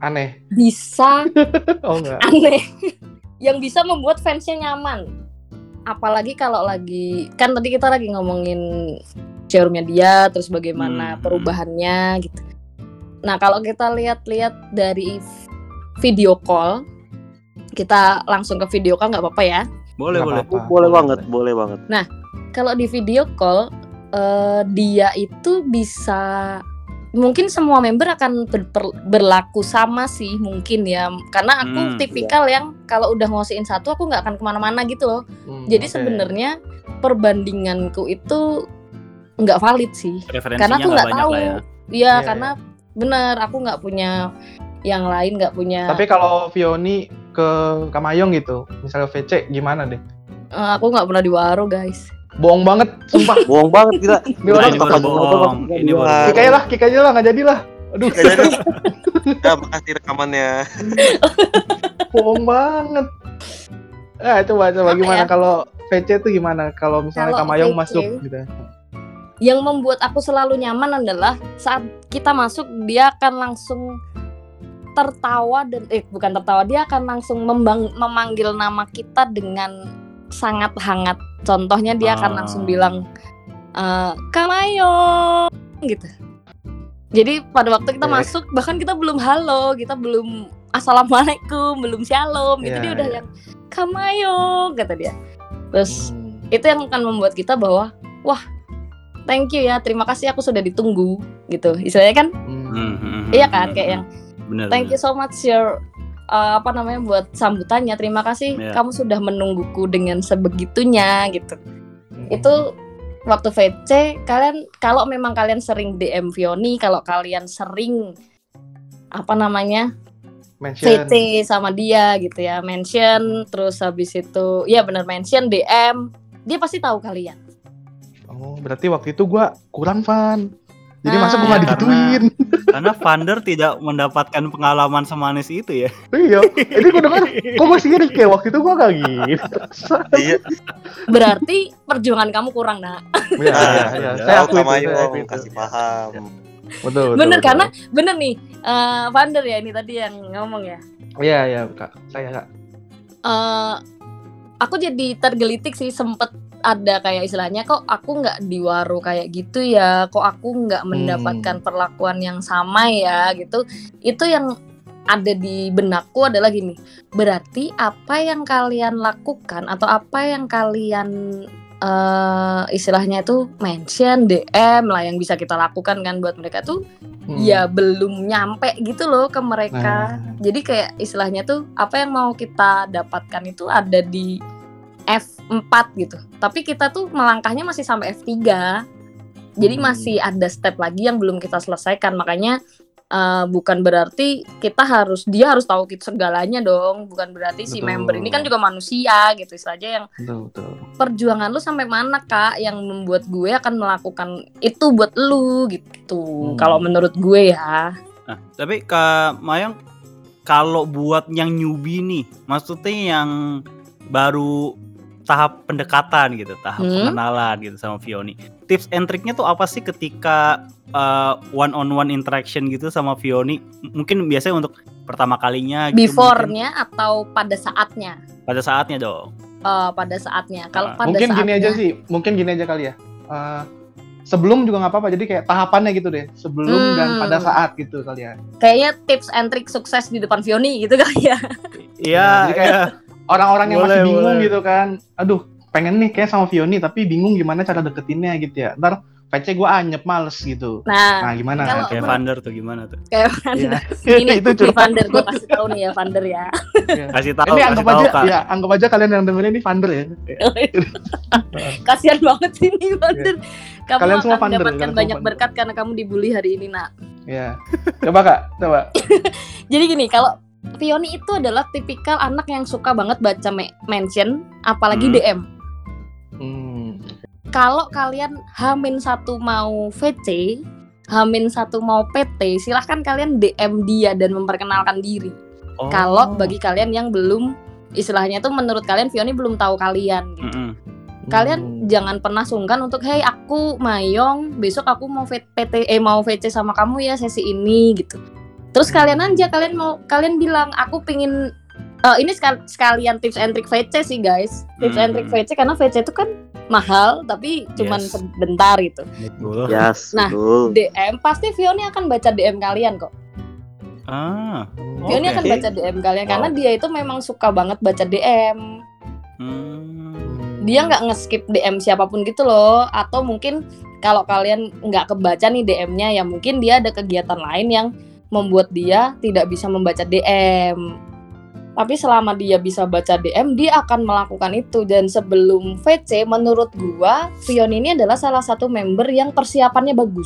Aneh. bisa Oh enggak. aneh yang bisa membuat fansnya nyaman. Apalagi kalau lagi kan tadi kita lagi ngomongin showroomnya dia, terus bagaimana Hmm. perubahannya gitu. Nah kalau kita lihat-lihat dari video call, kita langsung ke video call nggak apa-apa ya. Boleh, Nggak boleh. apa-apa. Boleh banget, boleh banget. Kalau di video call eh, dia itu bisa mungkin semua member akan ber- per- berlaku sama sih mungkin ya, karena aku Hmm, tipikal yang kalau udah ngosiin satu aku nggak akan kemana-mana gitu loh. Hmm, Jadi oke. sebenarnya perbandinganku itu nggak valid sih, Referensinya karena aku nggak nggak banyak tahu. lah ya. Iya, Iya, karena bener aku nggak punya yang lain, nggak punya. Tapi kalau Vioni ke Kamayong gitu, misalnya V C gimana deh? Eh, aku nggak pernah di Waro guys. Bohong banget, sumpah. Bohong banget kita. Ini Nah, orang ini Tempat baru ngobrol bohong. pasti Ini baru dia. kick aja lah, kick aja lah, nggak jadi lah. Aduh, Nggak jadi. Ya, makasih rekamannya. bohong banget. Nah, coba coba Apa gimana ya? kalau V C tuh gimana? Kalau misalnya Kalau Kamayong V C, masuk gitu. Yang membuat aku selalu nyaman adalah saat kita masuk dia akan langsung tertawa dan eh bukan tertawa, dia akan langsung membang- memanggil nama kita dengan sangat hangat. Contohnya dia akan Ah. langsung bilang eh, Kamayong gitu. Jadi pada waktu kita Oke. masuk bahkan kita belum halo, kita belum assalamualaikum, belum shalom gitu, Iya, dia udah iya. yang Kamayong kata dia. Terus Hmm. itu yang akan membuat kita bahwa wah thank you ya, terima kasih aku sudah ditunggu gitu. Istilahnya kan Hmm. Hmm, hmm, iya hmm, kan hmm, kayak hmm. yang Bener, thank you bener. so much your uh, apa namanya buat sambutannya, terima kasih Iya. kamu sudah menungguku dengan sebegitunya gitu. Hmm. Itu waktu V C kalian, kalau memang kalian sering D M Vioni, kalau kalian sering apa namanya mention. V C sama dia gitu ya, mention, terus habis itu ya benar mention D M, dia pasti tahu kalian. Oh, berarti waktu itu gua kurang fan. Jadi masa gua Ah. nggak digituin? Karena Vander tidak mendapatkan pengalaman semanis itu ya. Iya. Jadi gua dengar, kok gua sirik ya waktu itu gua nggak gitu. Iya. Berarti perjuangan kamu kurang, Nak. Iya, Ah, iya, iya. betul. Saya Tahu akui itu, saya Kamayong, akui itu. kasih paham. Betul, betul. Bener betul. karena bener nih, eh Vander ya ini tadi yang ngomong ya. Iya, iya, Kak. Saya, Kak. eh aku jadi tergelitik sih, sempet ada kayak istilahnya kok aku nggak di Waro kayak gitu ya, kok aku nggak mendapatkan perlakuan yang sama ya gitu. Itu yang ada di benakku adalah gini, berarti apa yang kalian lakukan atau apa yang kalian eh istilahnya itu mention D M lah yang bisa kita lakukan kan buat mereka tuh Hmm. ya belum nyampe gitu loh ke mereka. Nah. Jadi kayak istilahnya tuh apa yang mau kita dapatkan itu ada di F empat gitu. Tapi kita tuh melangkahnya masih sampai F tiga. Jadi Hmm. masih ada step lagi yang belum kita selesaikan. Makanya uh, bukan berarti kita harus dia harus tahu kita segalanya dong. Bukan berarti si Betul. member ini kan juga manusia gitu. Istilahnya yang Betul, betul. perjuangan lu sampai mana Kak yang membuat gue akan melakukan itu buat lu gitu. Hmm. Kalau menurut gue ya. Nah, tapi Kak Mayang, kalau buat yang newbie nih, maksudnya yang baru tahap pendekatan gitu, tahap Hmm. pengenalan gitu sama Vioni. Tips and triknya tuh apa sih ketika uh, one on one interaction gitu sama Vioni? M- Mungkin biasanya untuk pertama kalinya gitu, mungkin Before-nya atau pada saatnya? pada saatnya dong. Eh, pada saatnya. Kalau Ah. pada Mungkin saatnya, gini aja sih, mungkin gini aja kali ya. Eh, sebelum juga nggak apa-apa, jadi kayak tahapannya gitu deh. Sebelum Hmm. dan pada saat gitu kali ya. kayaknya tips and trick sukses di depan Vioni gitu kali ya. Iya, jadi kayak- iya. Orang-orang yang masih Boleh, bingung boleh. gitu kan. Aduh, pengen nih kayak sama Vioni, tapi bingung gimana cara deketinnya gitu ya. Ntar V C gue anyep males gitu. Nah, Nah, gimana? kalau- Kayak Vander tuh gimana tuh? kayak Iya. Vander. Ini Itu nih curhat. Vander, gue kasih tahu nih ya Vander ya. Iya. Kasih tahu, Ini kasih anggap tahu aja, Kak. ya anggap aja kalian yang dengerin ini Vander ya. Kasihan banget sih nih Vander. Kamu Kalian semua akan Vander, mendapatkan kalian semua banyak Vander. berkat karena kamu dibully hari ini, Nak. Ya. Coba Kak, coba. Jadi gini, kalau Vioni itu adalah tipikal anak yang suka banget baca me- mention, apalagi Hmm. D M. Hmm. Kalau kalian Hamin satu mau V C, Hamin satu mau P T, silahkan kalian D M dia dan memperkenalkan diri. Oh. Kalau bagi kalian yang belum, istilahnya tuh menurut kalian Vioni belum tahu kalian gitu. Mm-mm. Kalian Hmm. jangan pernah sungkan untuk hey aku Mayong, besok aku mau V- P T eh mau V C sama kamu ya sesi ini gitu. Terus kalian aja, kalian mau kalian bilang aku pingin eh, ini sekal- sekalian tips and trick V C sih guys. Tips and trick Hmm. V C karena V C itu kan mahal tapi cuman Yes. sebentar gitu. Betul. Yes, Nah, betul. D M pasti Vioni akan baca D M kalian kok. Ah. Vioni Oke. akan baca D M kalian karena Wow. dia itu memang suka banget baca D M. Hmm. Dia nggak nge-skip D M siapapun gitu loh. Atau mungkin kalau kalian nggak kebaca nih D M-nya ya mungkin dia ada kegiatan lain yang membuat dia tidak bisa membaca D M. Tapi selama dia bisa baca D M, dia akan melakukan itu. Dan sebelum V C, menurut gua, Vioni ini adalah salah satu member yang persiapannya bagus.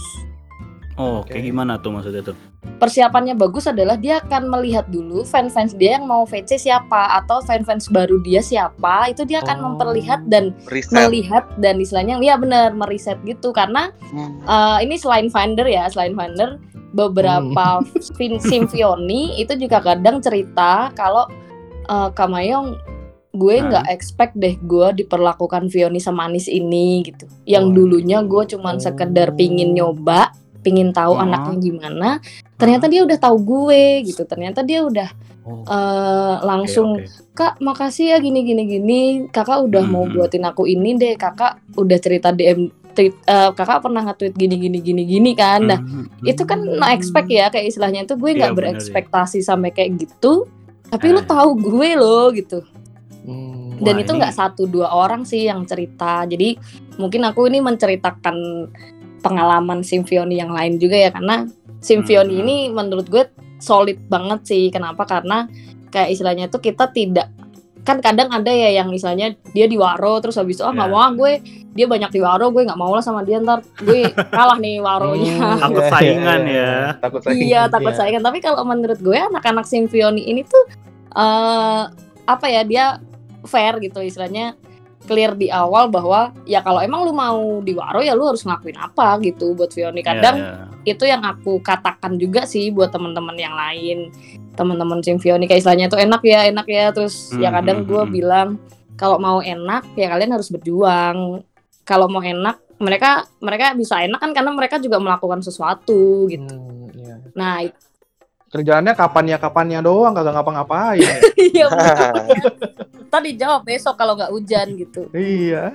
Oh, kayak Oke. gimana tuh maksudnya tuh? Persiapannya bagus adalah dia akan melihat dulu fans-fans dia yang mau V C siapa atau fans-fans baru dia siapa. Itu dia akan Oh. memperlihat dan Riset. melihat dan istilahnya ya benar meriset gitu karena Hmm. uh, ini selain Finder ya, selain Finder beberapa fin- sim Vioni itu juga kadang cerita kalau uh, Kamayong gue Hmm. nggak expect deh gue diperlakukan Vioni semanis ini gitu. Yang Oh. dulunya gue cuman sekedar pingin nyoba, pingin tahu Hmm. anaknya gimana. Ternyata dia udah tahu gue gitu. Ternyata dia udah Oh, uh, langsung oke, oke. Kak, makasih ya gini gini gini. Kakak udah Hmm, mau hmm. buatin aku ini deh. Kakak udah cerita D M tweet, eh, kakak pernah nge-tweet gini gini gini gini kan. Nah, Hmm, itu kan no expect ya kayak istilahnya itu gue Iya, nggak bener, berekspektasi sampai kayak gitu. Tapi lu Eh. tahu gue loh gitu. Hmm. Dan Wah, itu ini- nggak satu dua orang sih yang cerita. Jadi mungkin aku ini menceritakan pengalaman Symphony yang lain juga ya karena Symphony Hmm. ini menurut gue solid banget sih. Kenapa? Karena kayak istilahnya itu kita tidak kan kadang ada ya yang misalnya dia di waro terus habis itu ah nggak Ya. mau ah gue dia banyak di waro gue nggak mau lah sama dia ntar gue kalah nih waronya. Hmm, Takut iya, saingan iya, ya. iya. Takut saingan. Iya takut iya. saingan. Tapi kalau menurut gue anak-anak Symphony ini tuh eh apa ya dia fair gitu istilahnya clear di awal bahwa ya kalau emang lu mau di waro ya lu harus ngelakuin apa gitu buat Vioni. Kadang Ya, ya. itu yang aku katakan juga sih buat teman-teman yang lain, teman-teman Symphony kayak istilahnya tuh enak ya enak ya terus ya Hmm, kadang hmm, gue hmm. bilang kalau mau enak ya kalian harus berjuang. Kalau mau enak mereka mereka bisa enak kan karena mereka juga melakukan sesuatu gitu. Hmm, iya. Nah Kerjaannya kapan ya kapannya doang, kagak ngapa-ngapain. iya bener. Ntar dijawab besok kalau nggak hujan gitu. Iya.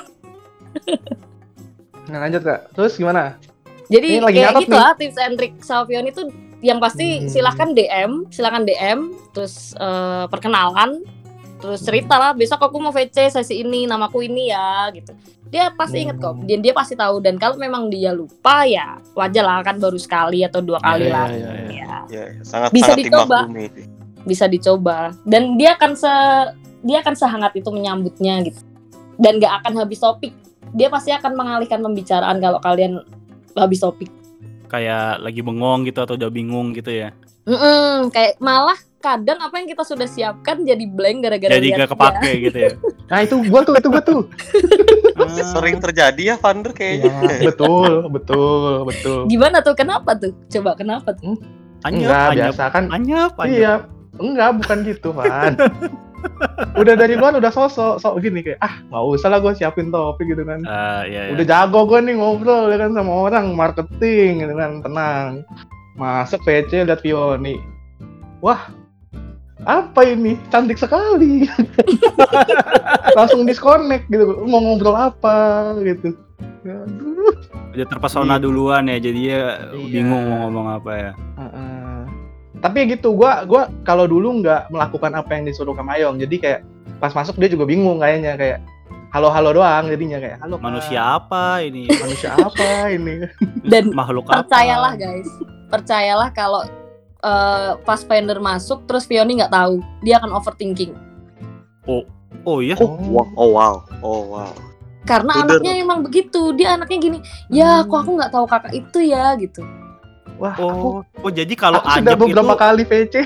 Nah, lanjut Kak. Terus gimana? Jadi Ini lagi kayak nyatet gitu lah tips and trick Salvion itu yang pasti Hmm. silahkan D M, silahkan D M, terus eh, perkenalan, terus cerita lah besok aku mau V C sesi ini, namaku ini ya gitu. Dia pasti inget kok, Hmm. dia, dia pasti tahu dan kalau memang dia lupa ya wajar lah kan baru sekali atau dua kali Iya, lah. iya, iya. Ya, Ya, sangat Bisa sangat dicoba. dimaklumi. bisa dicoba dan dia akan se dia akan sehangat itu menyambutnya gitu. Dan gak akan habis topik. Dia pasti akan mengalihkan pembicaraan kalau kalian habis topik. Kayak lagi bengong gitu atau udah bingung gitu ya. Mm-mm, kayak malah kadang apa yang kita sudah siapkan jadi blank gara-gara Jadi lihat gak kepake gitu ya. Nah, itu gua tuh, itu gua tuh. Ah, Sering terjadi ya Vander kayaknya. Iya, betul, betul, betul. dia. Gimana tuh? Kenapa tuh? Coba kenapa tuh? anyep, Enggak, anyep, biasa kan. anyep, anyep. Iya. Enggak, bukan gitu, Van. Udah dari luar udah sosok, sok gini kayak ah, nggak usah lah gue siapin topik gitu kan. Ah, iya, iya. Udah jago gue nih ngobrol ya kan sama orang marketing gitu kan, tenang. Masuk V C lihat Vioni. Wah, apa ini? Cantik sekali. Langsung disconnect gitu. Mau ngobrol apa gitu. Aduh. Udah terpesona Iya. duluan ya, jadi dia Iya. bingung mau ngomong apa ya. Heeh. Tapi gitu, gua gua kalau dulu nggak melakukan apa yang disuruh Kamayong. Jadi kayak pas masuk dia juga bingung kayaknya kayak halo-halo doang jadinya kayak halo Kak. Manusia apa ini? Manusia apa ini? Dan Makhluk apa? percayalah guys, percayalah kalau uh, pas Pathfinder masuk terus Vioni nggak tahu, dia akan overthinking. Oh iya. Oh, wow, oh wow, oh wow. Karena Bener. anaknya emang begitu, dia anaknya gini, ya kok aku nggak tahu kakak itu ya gitu. Wah, aku, Oh, oh jadi kalau aku sudah anyep itu beberapa kali V C.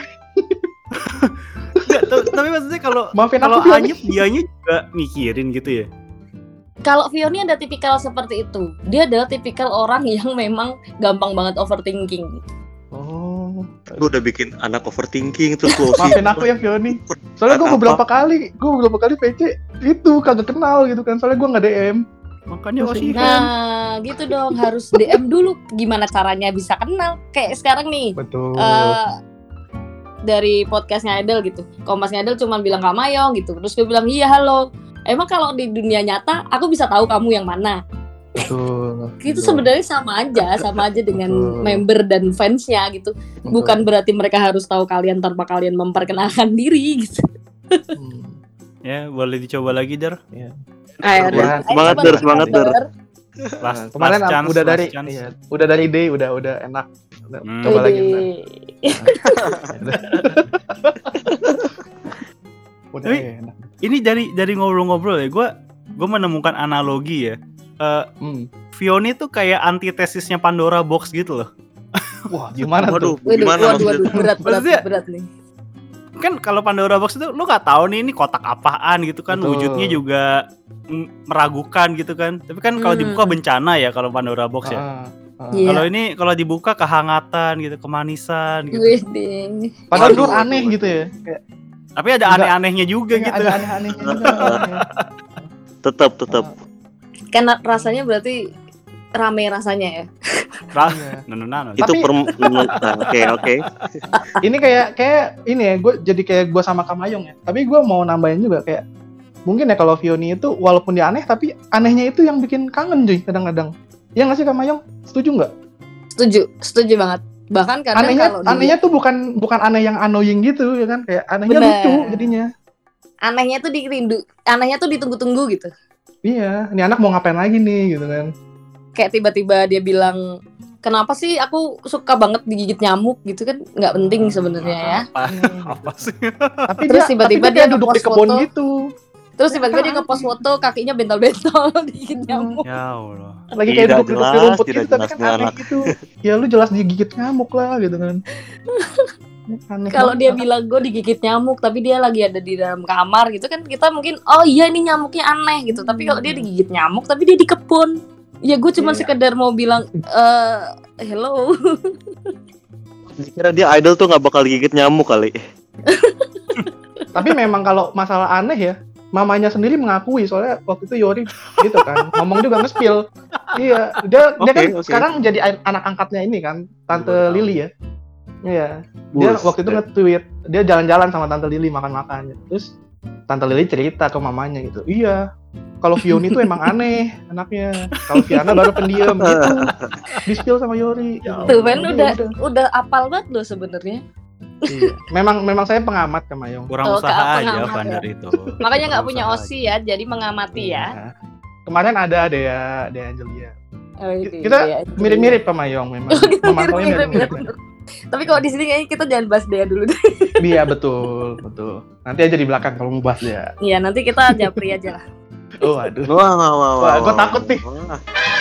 Nggak, t- tapi maksudnya kalau Maafin kalau aku Vioni. anyep dianya juga mikirin gitu ya. Kalau Vioni ada tipikal seperti itu, dia adalah tipikal orang yang memang gampang banget overthinking. Oh, Gue udah bikin anak overthinking terus gue maafin aku ya Vioni. Soalnya gue Apa? beberapa kali, gue beberapa kali V C itu kagak kenal gitu kan. Soalnya gue nggak D M. Makanya Oshihan. Nah, gitu dong, harus D M dulu. Gimana caranya bisa kenal? Kayak sekarang nih. Betul. eh dari podcastnya Idol gitu. Kompasnya Idol cuma bilang Kak Mayong gitu. Terus gue bilang, "Iya, halo." Emang kalau di dunia nyata aku bisa tahu kamu yang mana? Betul. Itu betul, sebenarnya sama aja, sama aja dengan Betul. member dan fansnya gitu. betul. Bukan berarti mereka harus tahu kalian tanpa kalian memperkenalkan diri gitu. Hmm. Ya, boleh dicoba lagi, Der. Ayo, Semangat, ayo, semangat, coba Der, dong, semangat, Der. Der. Last, Nah, kemarin last chance, udah dari last chance. iya, udah dari day udah udah enak. Udah, Hmm. Coba lagi. Wede. Udah. Udah Tapi- enak. Ini dari dari ngobrol-ngobrol ya, gue gue menemukan analogi ya. Eh, Hmm. Fioni tuh kayak antitesisnya Pandora Box gitu loh. Wah, gimana Waduh, tuh? Waduh, gimana waduh, maksudnya? waduh, berat, berat, Maksudnya- berat nih. Kan kalau Pandora Box itu lu nggak tahu nih ini kotak apaan gitu kan, Betul. wujudnya juga mm, meragukan gitu kan. Tapi kan kalau Hmm. dibuka bencana ya kalau Pandora Box ya. Ah, ah. Iya. Kalau ini kalau dibuka kehangatan gitu, kemanisan gitu. Wede. Padahal Waduh, luar aneh waduh, gitu ya. Kayak Tapi ada Enggak. aneh-anehnya juga kayak gitu. ada aneh-anehnya juga. Tetap, tetap. Kan rasanya berarti rame rasanya ya. Ra- Iya. no, no, no, no. Itu Tapi- per nah, oke, oke. Ini kayak kayak ini ya, gue jadi kayak gue sama Kamayong ya. Tapi gue mau nambahin juga kayak mungkin ya kalau Fioni itu walaupun dia aneh tapi anehnya itu yang bikin kangen cuy kadang-kadang. Iya nggak sih Kamayong? Setuju nggak? Setuju, setuju banget. Bahkan kadang Anehnya kalau anehnya dia, tuh bukan bukan aneh yang annoying gitu ya kan, kayak anehnya Bener. lucu jadinya. anehnya tuh dirindu, anehnya tuh ditunggu-tunggu gitu. Iya, ini anak mau ngapain lagi nih gitu kan. Kayak tiba-tiba dia bilang, "Kenapa sih aku suka banget digigit nyamuk?" gitu kan, nggak penting sebenarnya ya. Apa, apa sih? Tapi Terus dia tiba-tiba tapi dia kayak duduk di ngepost kebun foto. gitu. Terus tiba-tiba dia ngepost foto kakinya bentol-bentol digigit nyamuk. Ya Allah. Lagi kayak Tidak duduk duduk di jelas, rumput tidak gitu tapi jelas kan nih aneh anak. gitu. Ya lu jelas digigit nyamuk lah gitu kan. Aneh Kalau dia banget. bilang gue digigit nyamuk tapi dia lagi ada di dalam kamar gitu kan, kita mungkin oh iya ini nyamuknya aneh gitu. Tapi kalau dia digigit nyamuk tapi dia di kebun, ya gue cuma Iya. sekedar mau bilang eh hello. Kira dia idol tuh nggak bakal gigit nyamuk kali. Tapi memang kalau masalah aneh ya, mamanya sendiri mengakui soalnya waktu itu Yori gitu kan, ngomong juga nge-spill. Iya, dia dia Oke, kan oke. sekarang jadi a- anak angkatnya ini kan, Tante Baru tahu. Lily ya. Iya, dia Buset. waktu itu nge-tweet, dia jalan-jalan sama Tante Lily makan-makan. Terus Tante Lily cerita ke mamanya gitu, iya, kalau Fioni tuh emang aneh anaknya, kalau Fiana baru pendiam gitu. Di-spill sama Yori. Ya Tuh kan Udah, udah udah. udah apal banget loh sebenarnya. Iya. Memang memang saya pengamat ke Mayong. Kurang Oh, usaha ke- aja pengamat Vander ya. itu. Makanya nggak Kurang punya usaha O S I ya, jadi mengamati ya. Iya. Kemarin ada Dea, Dea Angelia. Oh, ini Kita dia. mirip-mirip sama Mayong memang. Memantaunya Mirip-mirip. mirip-mirip. Tapi kalau di sini kayaknya kita jangan bahas dia dulu deh. Iya betul, betul. Nanti aja di belakang kalau mau bahas dia. Iya, nanti kita japri aja lah. Oh aduh. Wah, wah, wah, Wah, gua takut nih. Wah.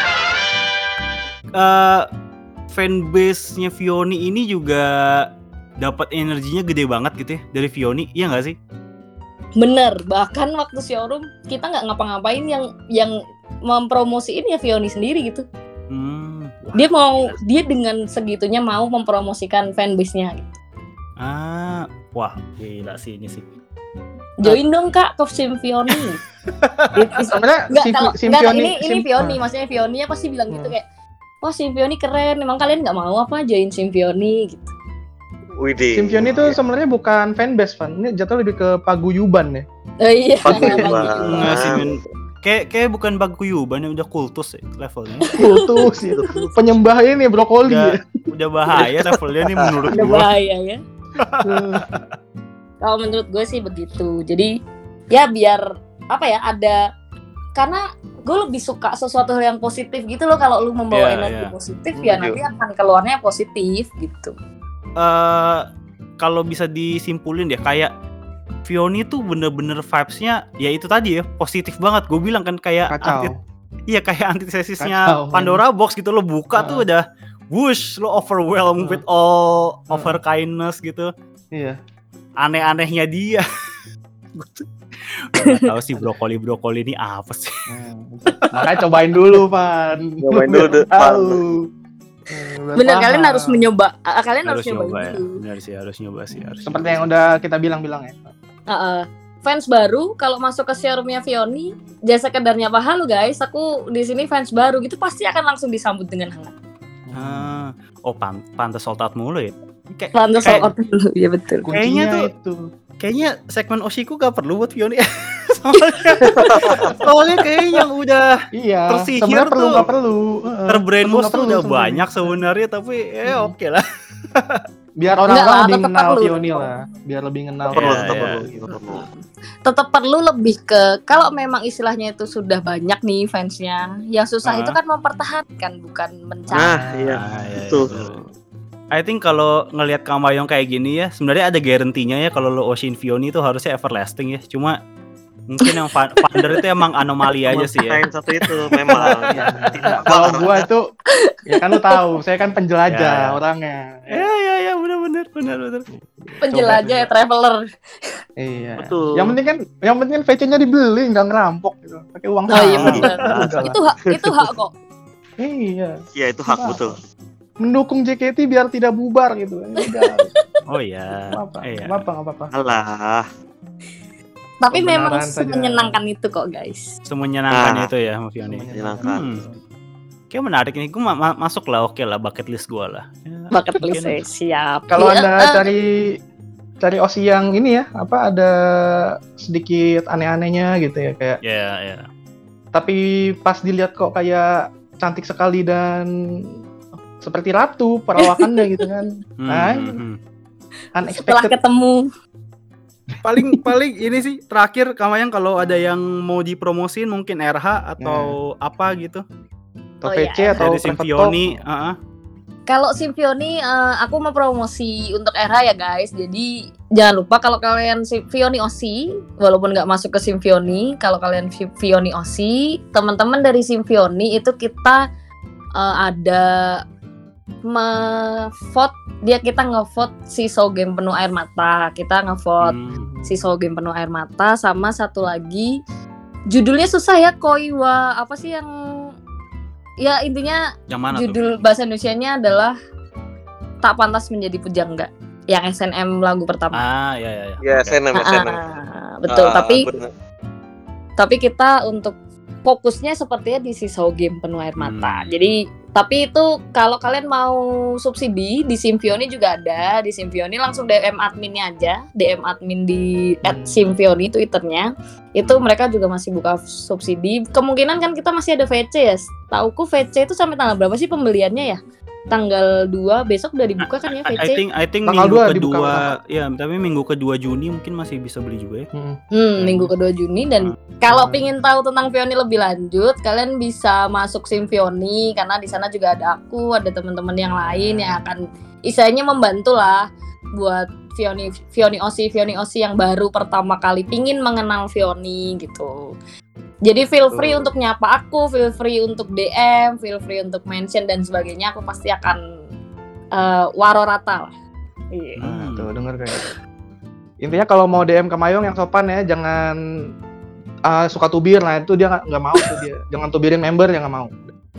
Eh, fanbase-nya Fioni ini juga dapat energinya gede banget gitu ya dari Fioni, iya nggak sih? Bener, bahkan waktu showroom kita nggak ngapa-ngapain yang yang mempromosiin ya Fioni sendiri gitu. Hmm, wah, Dia mau gila. dia dengan segitunya mau mempromosikan fanbase-nya. Gitu. Ah, wah, gila sih ini sih. Join dong Kak ke Sim Fioni. Gitu. Sebenarnya Enggak si, kalau si enggak, Fioni, ini ini si- Fioni, ah, maksudnya Fioni pasti bilang gitu Hmm. kayak, "Wah, Sim Fioni keren. Emang kalian nggak mau apa join Sim Fioni?" gitu. Widih. Sim Fioni itu sebenarnya bukan fanbase, Van. Ini jatuh lebih ke paguyuban ya. Oh iya. Paguyuban. Paguyuban. Enggak sih, men. Kayak kayak bukan paguyuban ya, udah kultus ya levelnya. Kultus gitu. Penyembah ini brokoli Udah, ya. udah bahaya levelnya nih menurut Udah gua. bahaya ya. Kalau menurut gue sih begitu. Jadi ya biar apa ya ada karena gue lebih suka sesuatu hal yang positif gitu loh kalau lu membawa Iya, energi iya. positif ya Setuju. nanti akan keluarnya positif gitu. Eh, kalau bisa disimpulin ya kayak Fioni tuh bener-bener vibes-nya ya itu tadi ya positif banget. Gue bilang kan kayak anti- Kacau. iya kayak antitesisnya Kacau, men. Pandora Box gitu, lo buka Ah. tuh udah whoosh, lo overwhelmed Ah. with all Ah. over kindness gitu. Iya. Aneh-anehnya dia. Gue tuh nggak tahu sih brokoli-brokoli ini apa sih. Hmm. Makanya cobain dulu, Van. Cobain dulu, Biar Van. tahu. Hmm, biar Bener paham. kalian harus mencoba, ah, kalian harus, Harus nyoba nyobain ya. dulu. Benar sih, harus nyoba sih, harus. Seperti nyoba yang sih. udah kita bilang-bilang ya. Ah, ah. fans baru kalau masuk ke showroomnya Vioni, jangan sekedar nyapa halo guys, aku di sini fans baru gitu pasti akan langsung disambut dengan hangat. Ah, oh pan pantas sold out mulu ya. Kayak Lantas kayak- sold out dulu, ya betul. Kayaknya Kuncinya tuh- itu. kayaknya segmen Oshiku gak perlu buat Vioni. soalnya, soalnya kayaknya udah Iya. Tersihir Sebenarnya perlu tuh. nggak perlu. Heeh. terbrainwash Perlu, tuh nggak udah perlu banyak sebenarnya, tapi eh Hmm. oke lah. Biar Enggak orang-orang lah, lebih tetap kenal perlu. Vioni lah. Biar lebih kenal. Perlu, Iya, tetap iya. perlu, tetap perlu. Tetap perlu lebih ke kalau memang istilahnya itu sudah banyak nih fansnya, yang susah Ah. itu kan mempertahankan bukan mencari. Nah, iya. Ah, iya, Betul. iya. I think kalau ngelihat Kamayong kayak gini ya, sebenarnya ada garantinya ya kalau lo Oshin Vioni itu harusnya everlasting ya. Cuma mungkin yang fa- founder itu emang anomali aja sih ya. Yang satu itu memang ya, tidak Kalau parah. gua itu, ya kan lu tahu, saya kan penjelajah Ya, ya. orangnya. Iya iya iya benar benar benar benar. Penjelajah ya, traveler. Iya. Betul. Yang penting kan, yang penting kan V C-nya dibeli, nggak ngerampok gitu. Pakai uang Oh iya haram. benar. Udah lah. Itu hak itu hak kok. Iya. Iya itu hak betul. Mendukung J K T biar tidak bubar gitu. Ya udah. Oh iya. Nggak apa-apa, Iya. nggak apa-apa, nggak apa-apa. Alah. Tapi memang Pembenaran saja. menyenangkan itu kok guys. Semenyenangkannya Ah. itu ya Mas Vioni. Menyenangkan. Hmm. Kayak menarik nih, gue ma- ma- masuk lah, oke lah bucket list gue lah. Ya, Bucket mungkin- list eh, siap. Kalau Iya, anda eh, cari cari Osi yang ini ya, apa ada sedikit aneh-anehnya gitu ya kayak. Ya ya. Tapi pas dilihat kok kayak cantik sekali dan seperti ratu perawakannya gitu kan. Hmm, Nah, hmm, hmm. setelah Unexpected. ketemu Paling paling ini sih terakhir Kamayang kalau ada yang mau dipromosin mungkin R H atau apa gitu Atau Oh, V C iya. atau dari private talk. Symphony. uh-uh. kalau Symphony eh, aku mau promosi untuk R H ya guys. Jadi jangan lupa kalau kalian Symphony O C walaupun nggak masuk ke Symphony, kalau kalian Symphony O C, teman-teman dari Symphony itu kita eh, ada me-vote dia kita nge-vote si Soul Game penuh air mata. Kita nge-vote Hmm. si Soul Game penuh air mata sama satu lagi judulnya susah ya, Koiwa apa sih yang ya intinya Yang mana tuh? judul bahasa Indonesianya adalah Tak Pantas Menjadi Pujangga yang S N M lagu pertama. Ah ya ya ya. Ya Oke. S N M S N M. Ah, betul, Ah, tapi bener. tapi kita untuk fokusnya sepertinya di si Soul Game penuh air mata. Hmm. Jadi tapi itu kalau kalian mau subsidi di Symphony juga ada. Di Symphony langsung D M adminnya aja, D M admin di at Symphony Twitternya. Itu mereka juga masih buka subsidi. Kemungkinan kan kita masih ada V C ya. Tauku V C itu sampai tanggal berapa sih pembeliannya ya? Tanggal dua besok udah dibuka kan ya V I C? think I think Tanggal minggu dua dibuka kedua ya, tapi minggu kedua Juni mungkin masih bisa beli juga ya. Hmm. Hmm, minggu kedua Juni. Dan kalau pingin tahu tentang Vioni lebih lanjut, kalian bisa masuk Symphony karena di sana juga ada aku, ada teman-teman yang lain yang akan istilahnya membantu lah buat Vioni Vioni Osi Vioni Osi yang baru pertama kali pingin mengenal Vioni gitu. Jadi feel free Betul. untuk nyapa aku, feel free untuk D M, feel free untuk mention dan sebagainya. Aku pasti akan eh, waro rata lah. Iya. Nah, Hmm. tuh denger kayak. Intinya kalau mau D M ke Mayong yang sopan ya, jangan ah, suka tubir. Nah, itu dia nggak nggak mau tuh dia. Jangan tubirin member, dia nggak mau.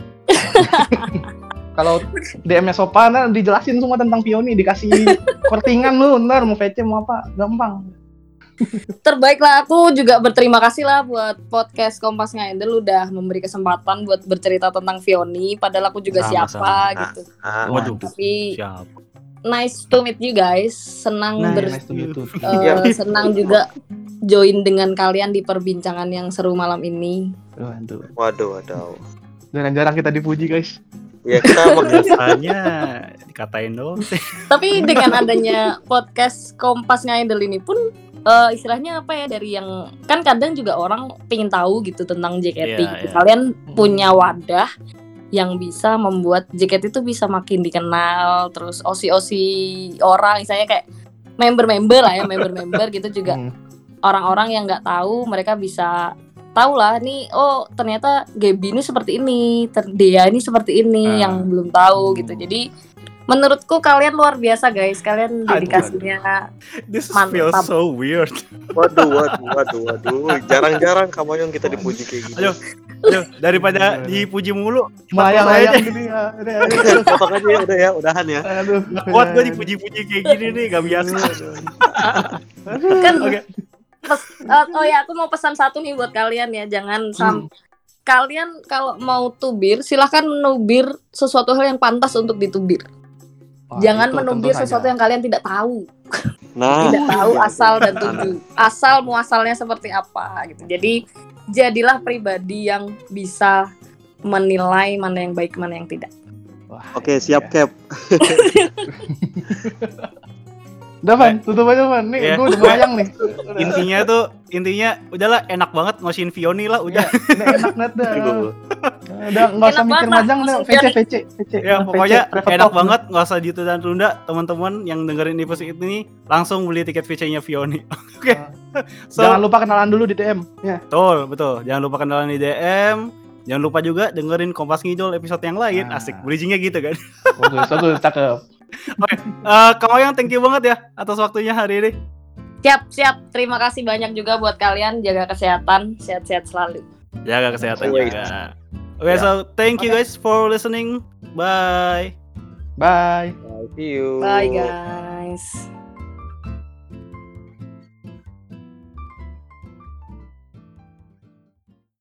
Kalau D M-nya sopan, nah, dijelasin semua tentang Vioni, dikasih pertingan lu, ntar mau V C mau apa, gampang. Terbaik lah, aku juga berterima kasih lah buat podcast Kompas Ngidol udah memberi kesempatan buat bercerita tentang Vioni, padahal aku juga Sama-sama. siapa gitu. Ah, Waduh. Tapi Siap. nice to meet you guys, senang Nah, ber- nice to meet you. eh, Iya. senang juga join dengan kalian di perbincangan yang seru malam ini. Waduh. waduh, waduh. Jarang-jarang kita dipuji, guys. Ya kita mau Biasanya dikatain doang sih. Tapi dengan adanya podcast Kompas Ngidol ini pun eh, istilahnya apa ya, dari yang kan kadang juga orang pengen tahu gitu tentang J K T. Iya, gitu. iya. Kalian punya wadah yang bisa membuat J K T itu bisa makin dikenal, terus osi-osi orang, misalnya kayak member-member lah ya, member-member gitu juga. Hmm. Orang-orang yang nggak tahu mereka bisa tahu lah nih, oh ternyata Gaby ini seperti ini, ter- Dea ini seperti ini Ah. yang belum tahu gitu. Jadi menurutku kalian luar biasa guys, kalian Aduh, dedikasinya This Mantap. feels so weird. waduh, waduh, waduh, waduh. Jarang-jarang Kamayong kita dipuji kayak gitu. Aduh. Aduh, daripada dipuji mulu, Mayang-mayang aja. gini ya. Udah, udah, Potong aja ya, udah ya, udahan ya. Aduh. Kuat gue dipuji-puji kayak gini nih, gak biasa. kan Oke. pes- uh, oh ya, aku mau pesan satu nih buat kalian ya, jangan sam kalian kalau mau tubir silahkan menubir sesuatu hal yang pantas untuk ditubir. Wah, Jangan itu menubir tentu sesuatu saja. yang kalian tidak tahu. Nah, Tidak tahu asal dan tuju. Asal muasalnya seperti apa gitu. Jadi jadilah pribadi yang bisa menilai mana yang baik, mana yang tidak. Wah, oke iya. siap Cap. Udah Van, tutup aja Van. Nih Iya. gue udah melayang nih. Intinya tuh, intinya udahlah enak banget ngosiin Vioni lah udah. Udah enak banget dah. Aduh. Udah nggak usah Enak mikir banget, majang udah langsung V C V C V C. Ya Udah, pokoknya V C, private enak talk. banget, nggak usah ditunda-tunda. Teman-teman yang dengerin episode ini langsung beli tiket V C-nya Vioni. Oke. So, Jangan lupa kenalan dulu di D M. Ya. betul, betul. Jangan lupa kenalan di D M. Jangan lupa juga dengerin Kompas Ngidol episode yang lain. Ah. Asik, bridging-nya gitu kan. Bagus, bagus, cakep. Eh, Kang Oyang, thank you banget ya atas waktunya hari ini. Siap, siap. Terima kasih banyak juga buat kalian. Jaga kesehatan, sehat-sehat selalu. Jaga kesehatan Always. juga. Oke, so thank you guys for listening. Bye. Bye. See you. Bye guys.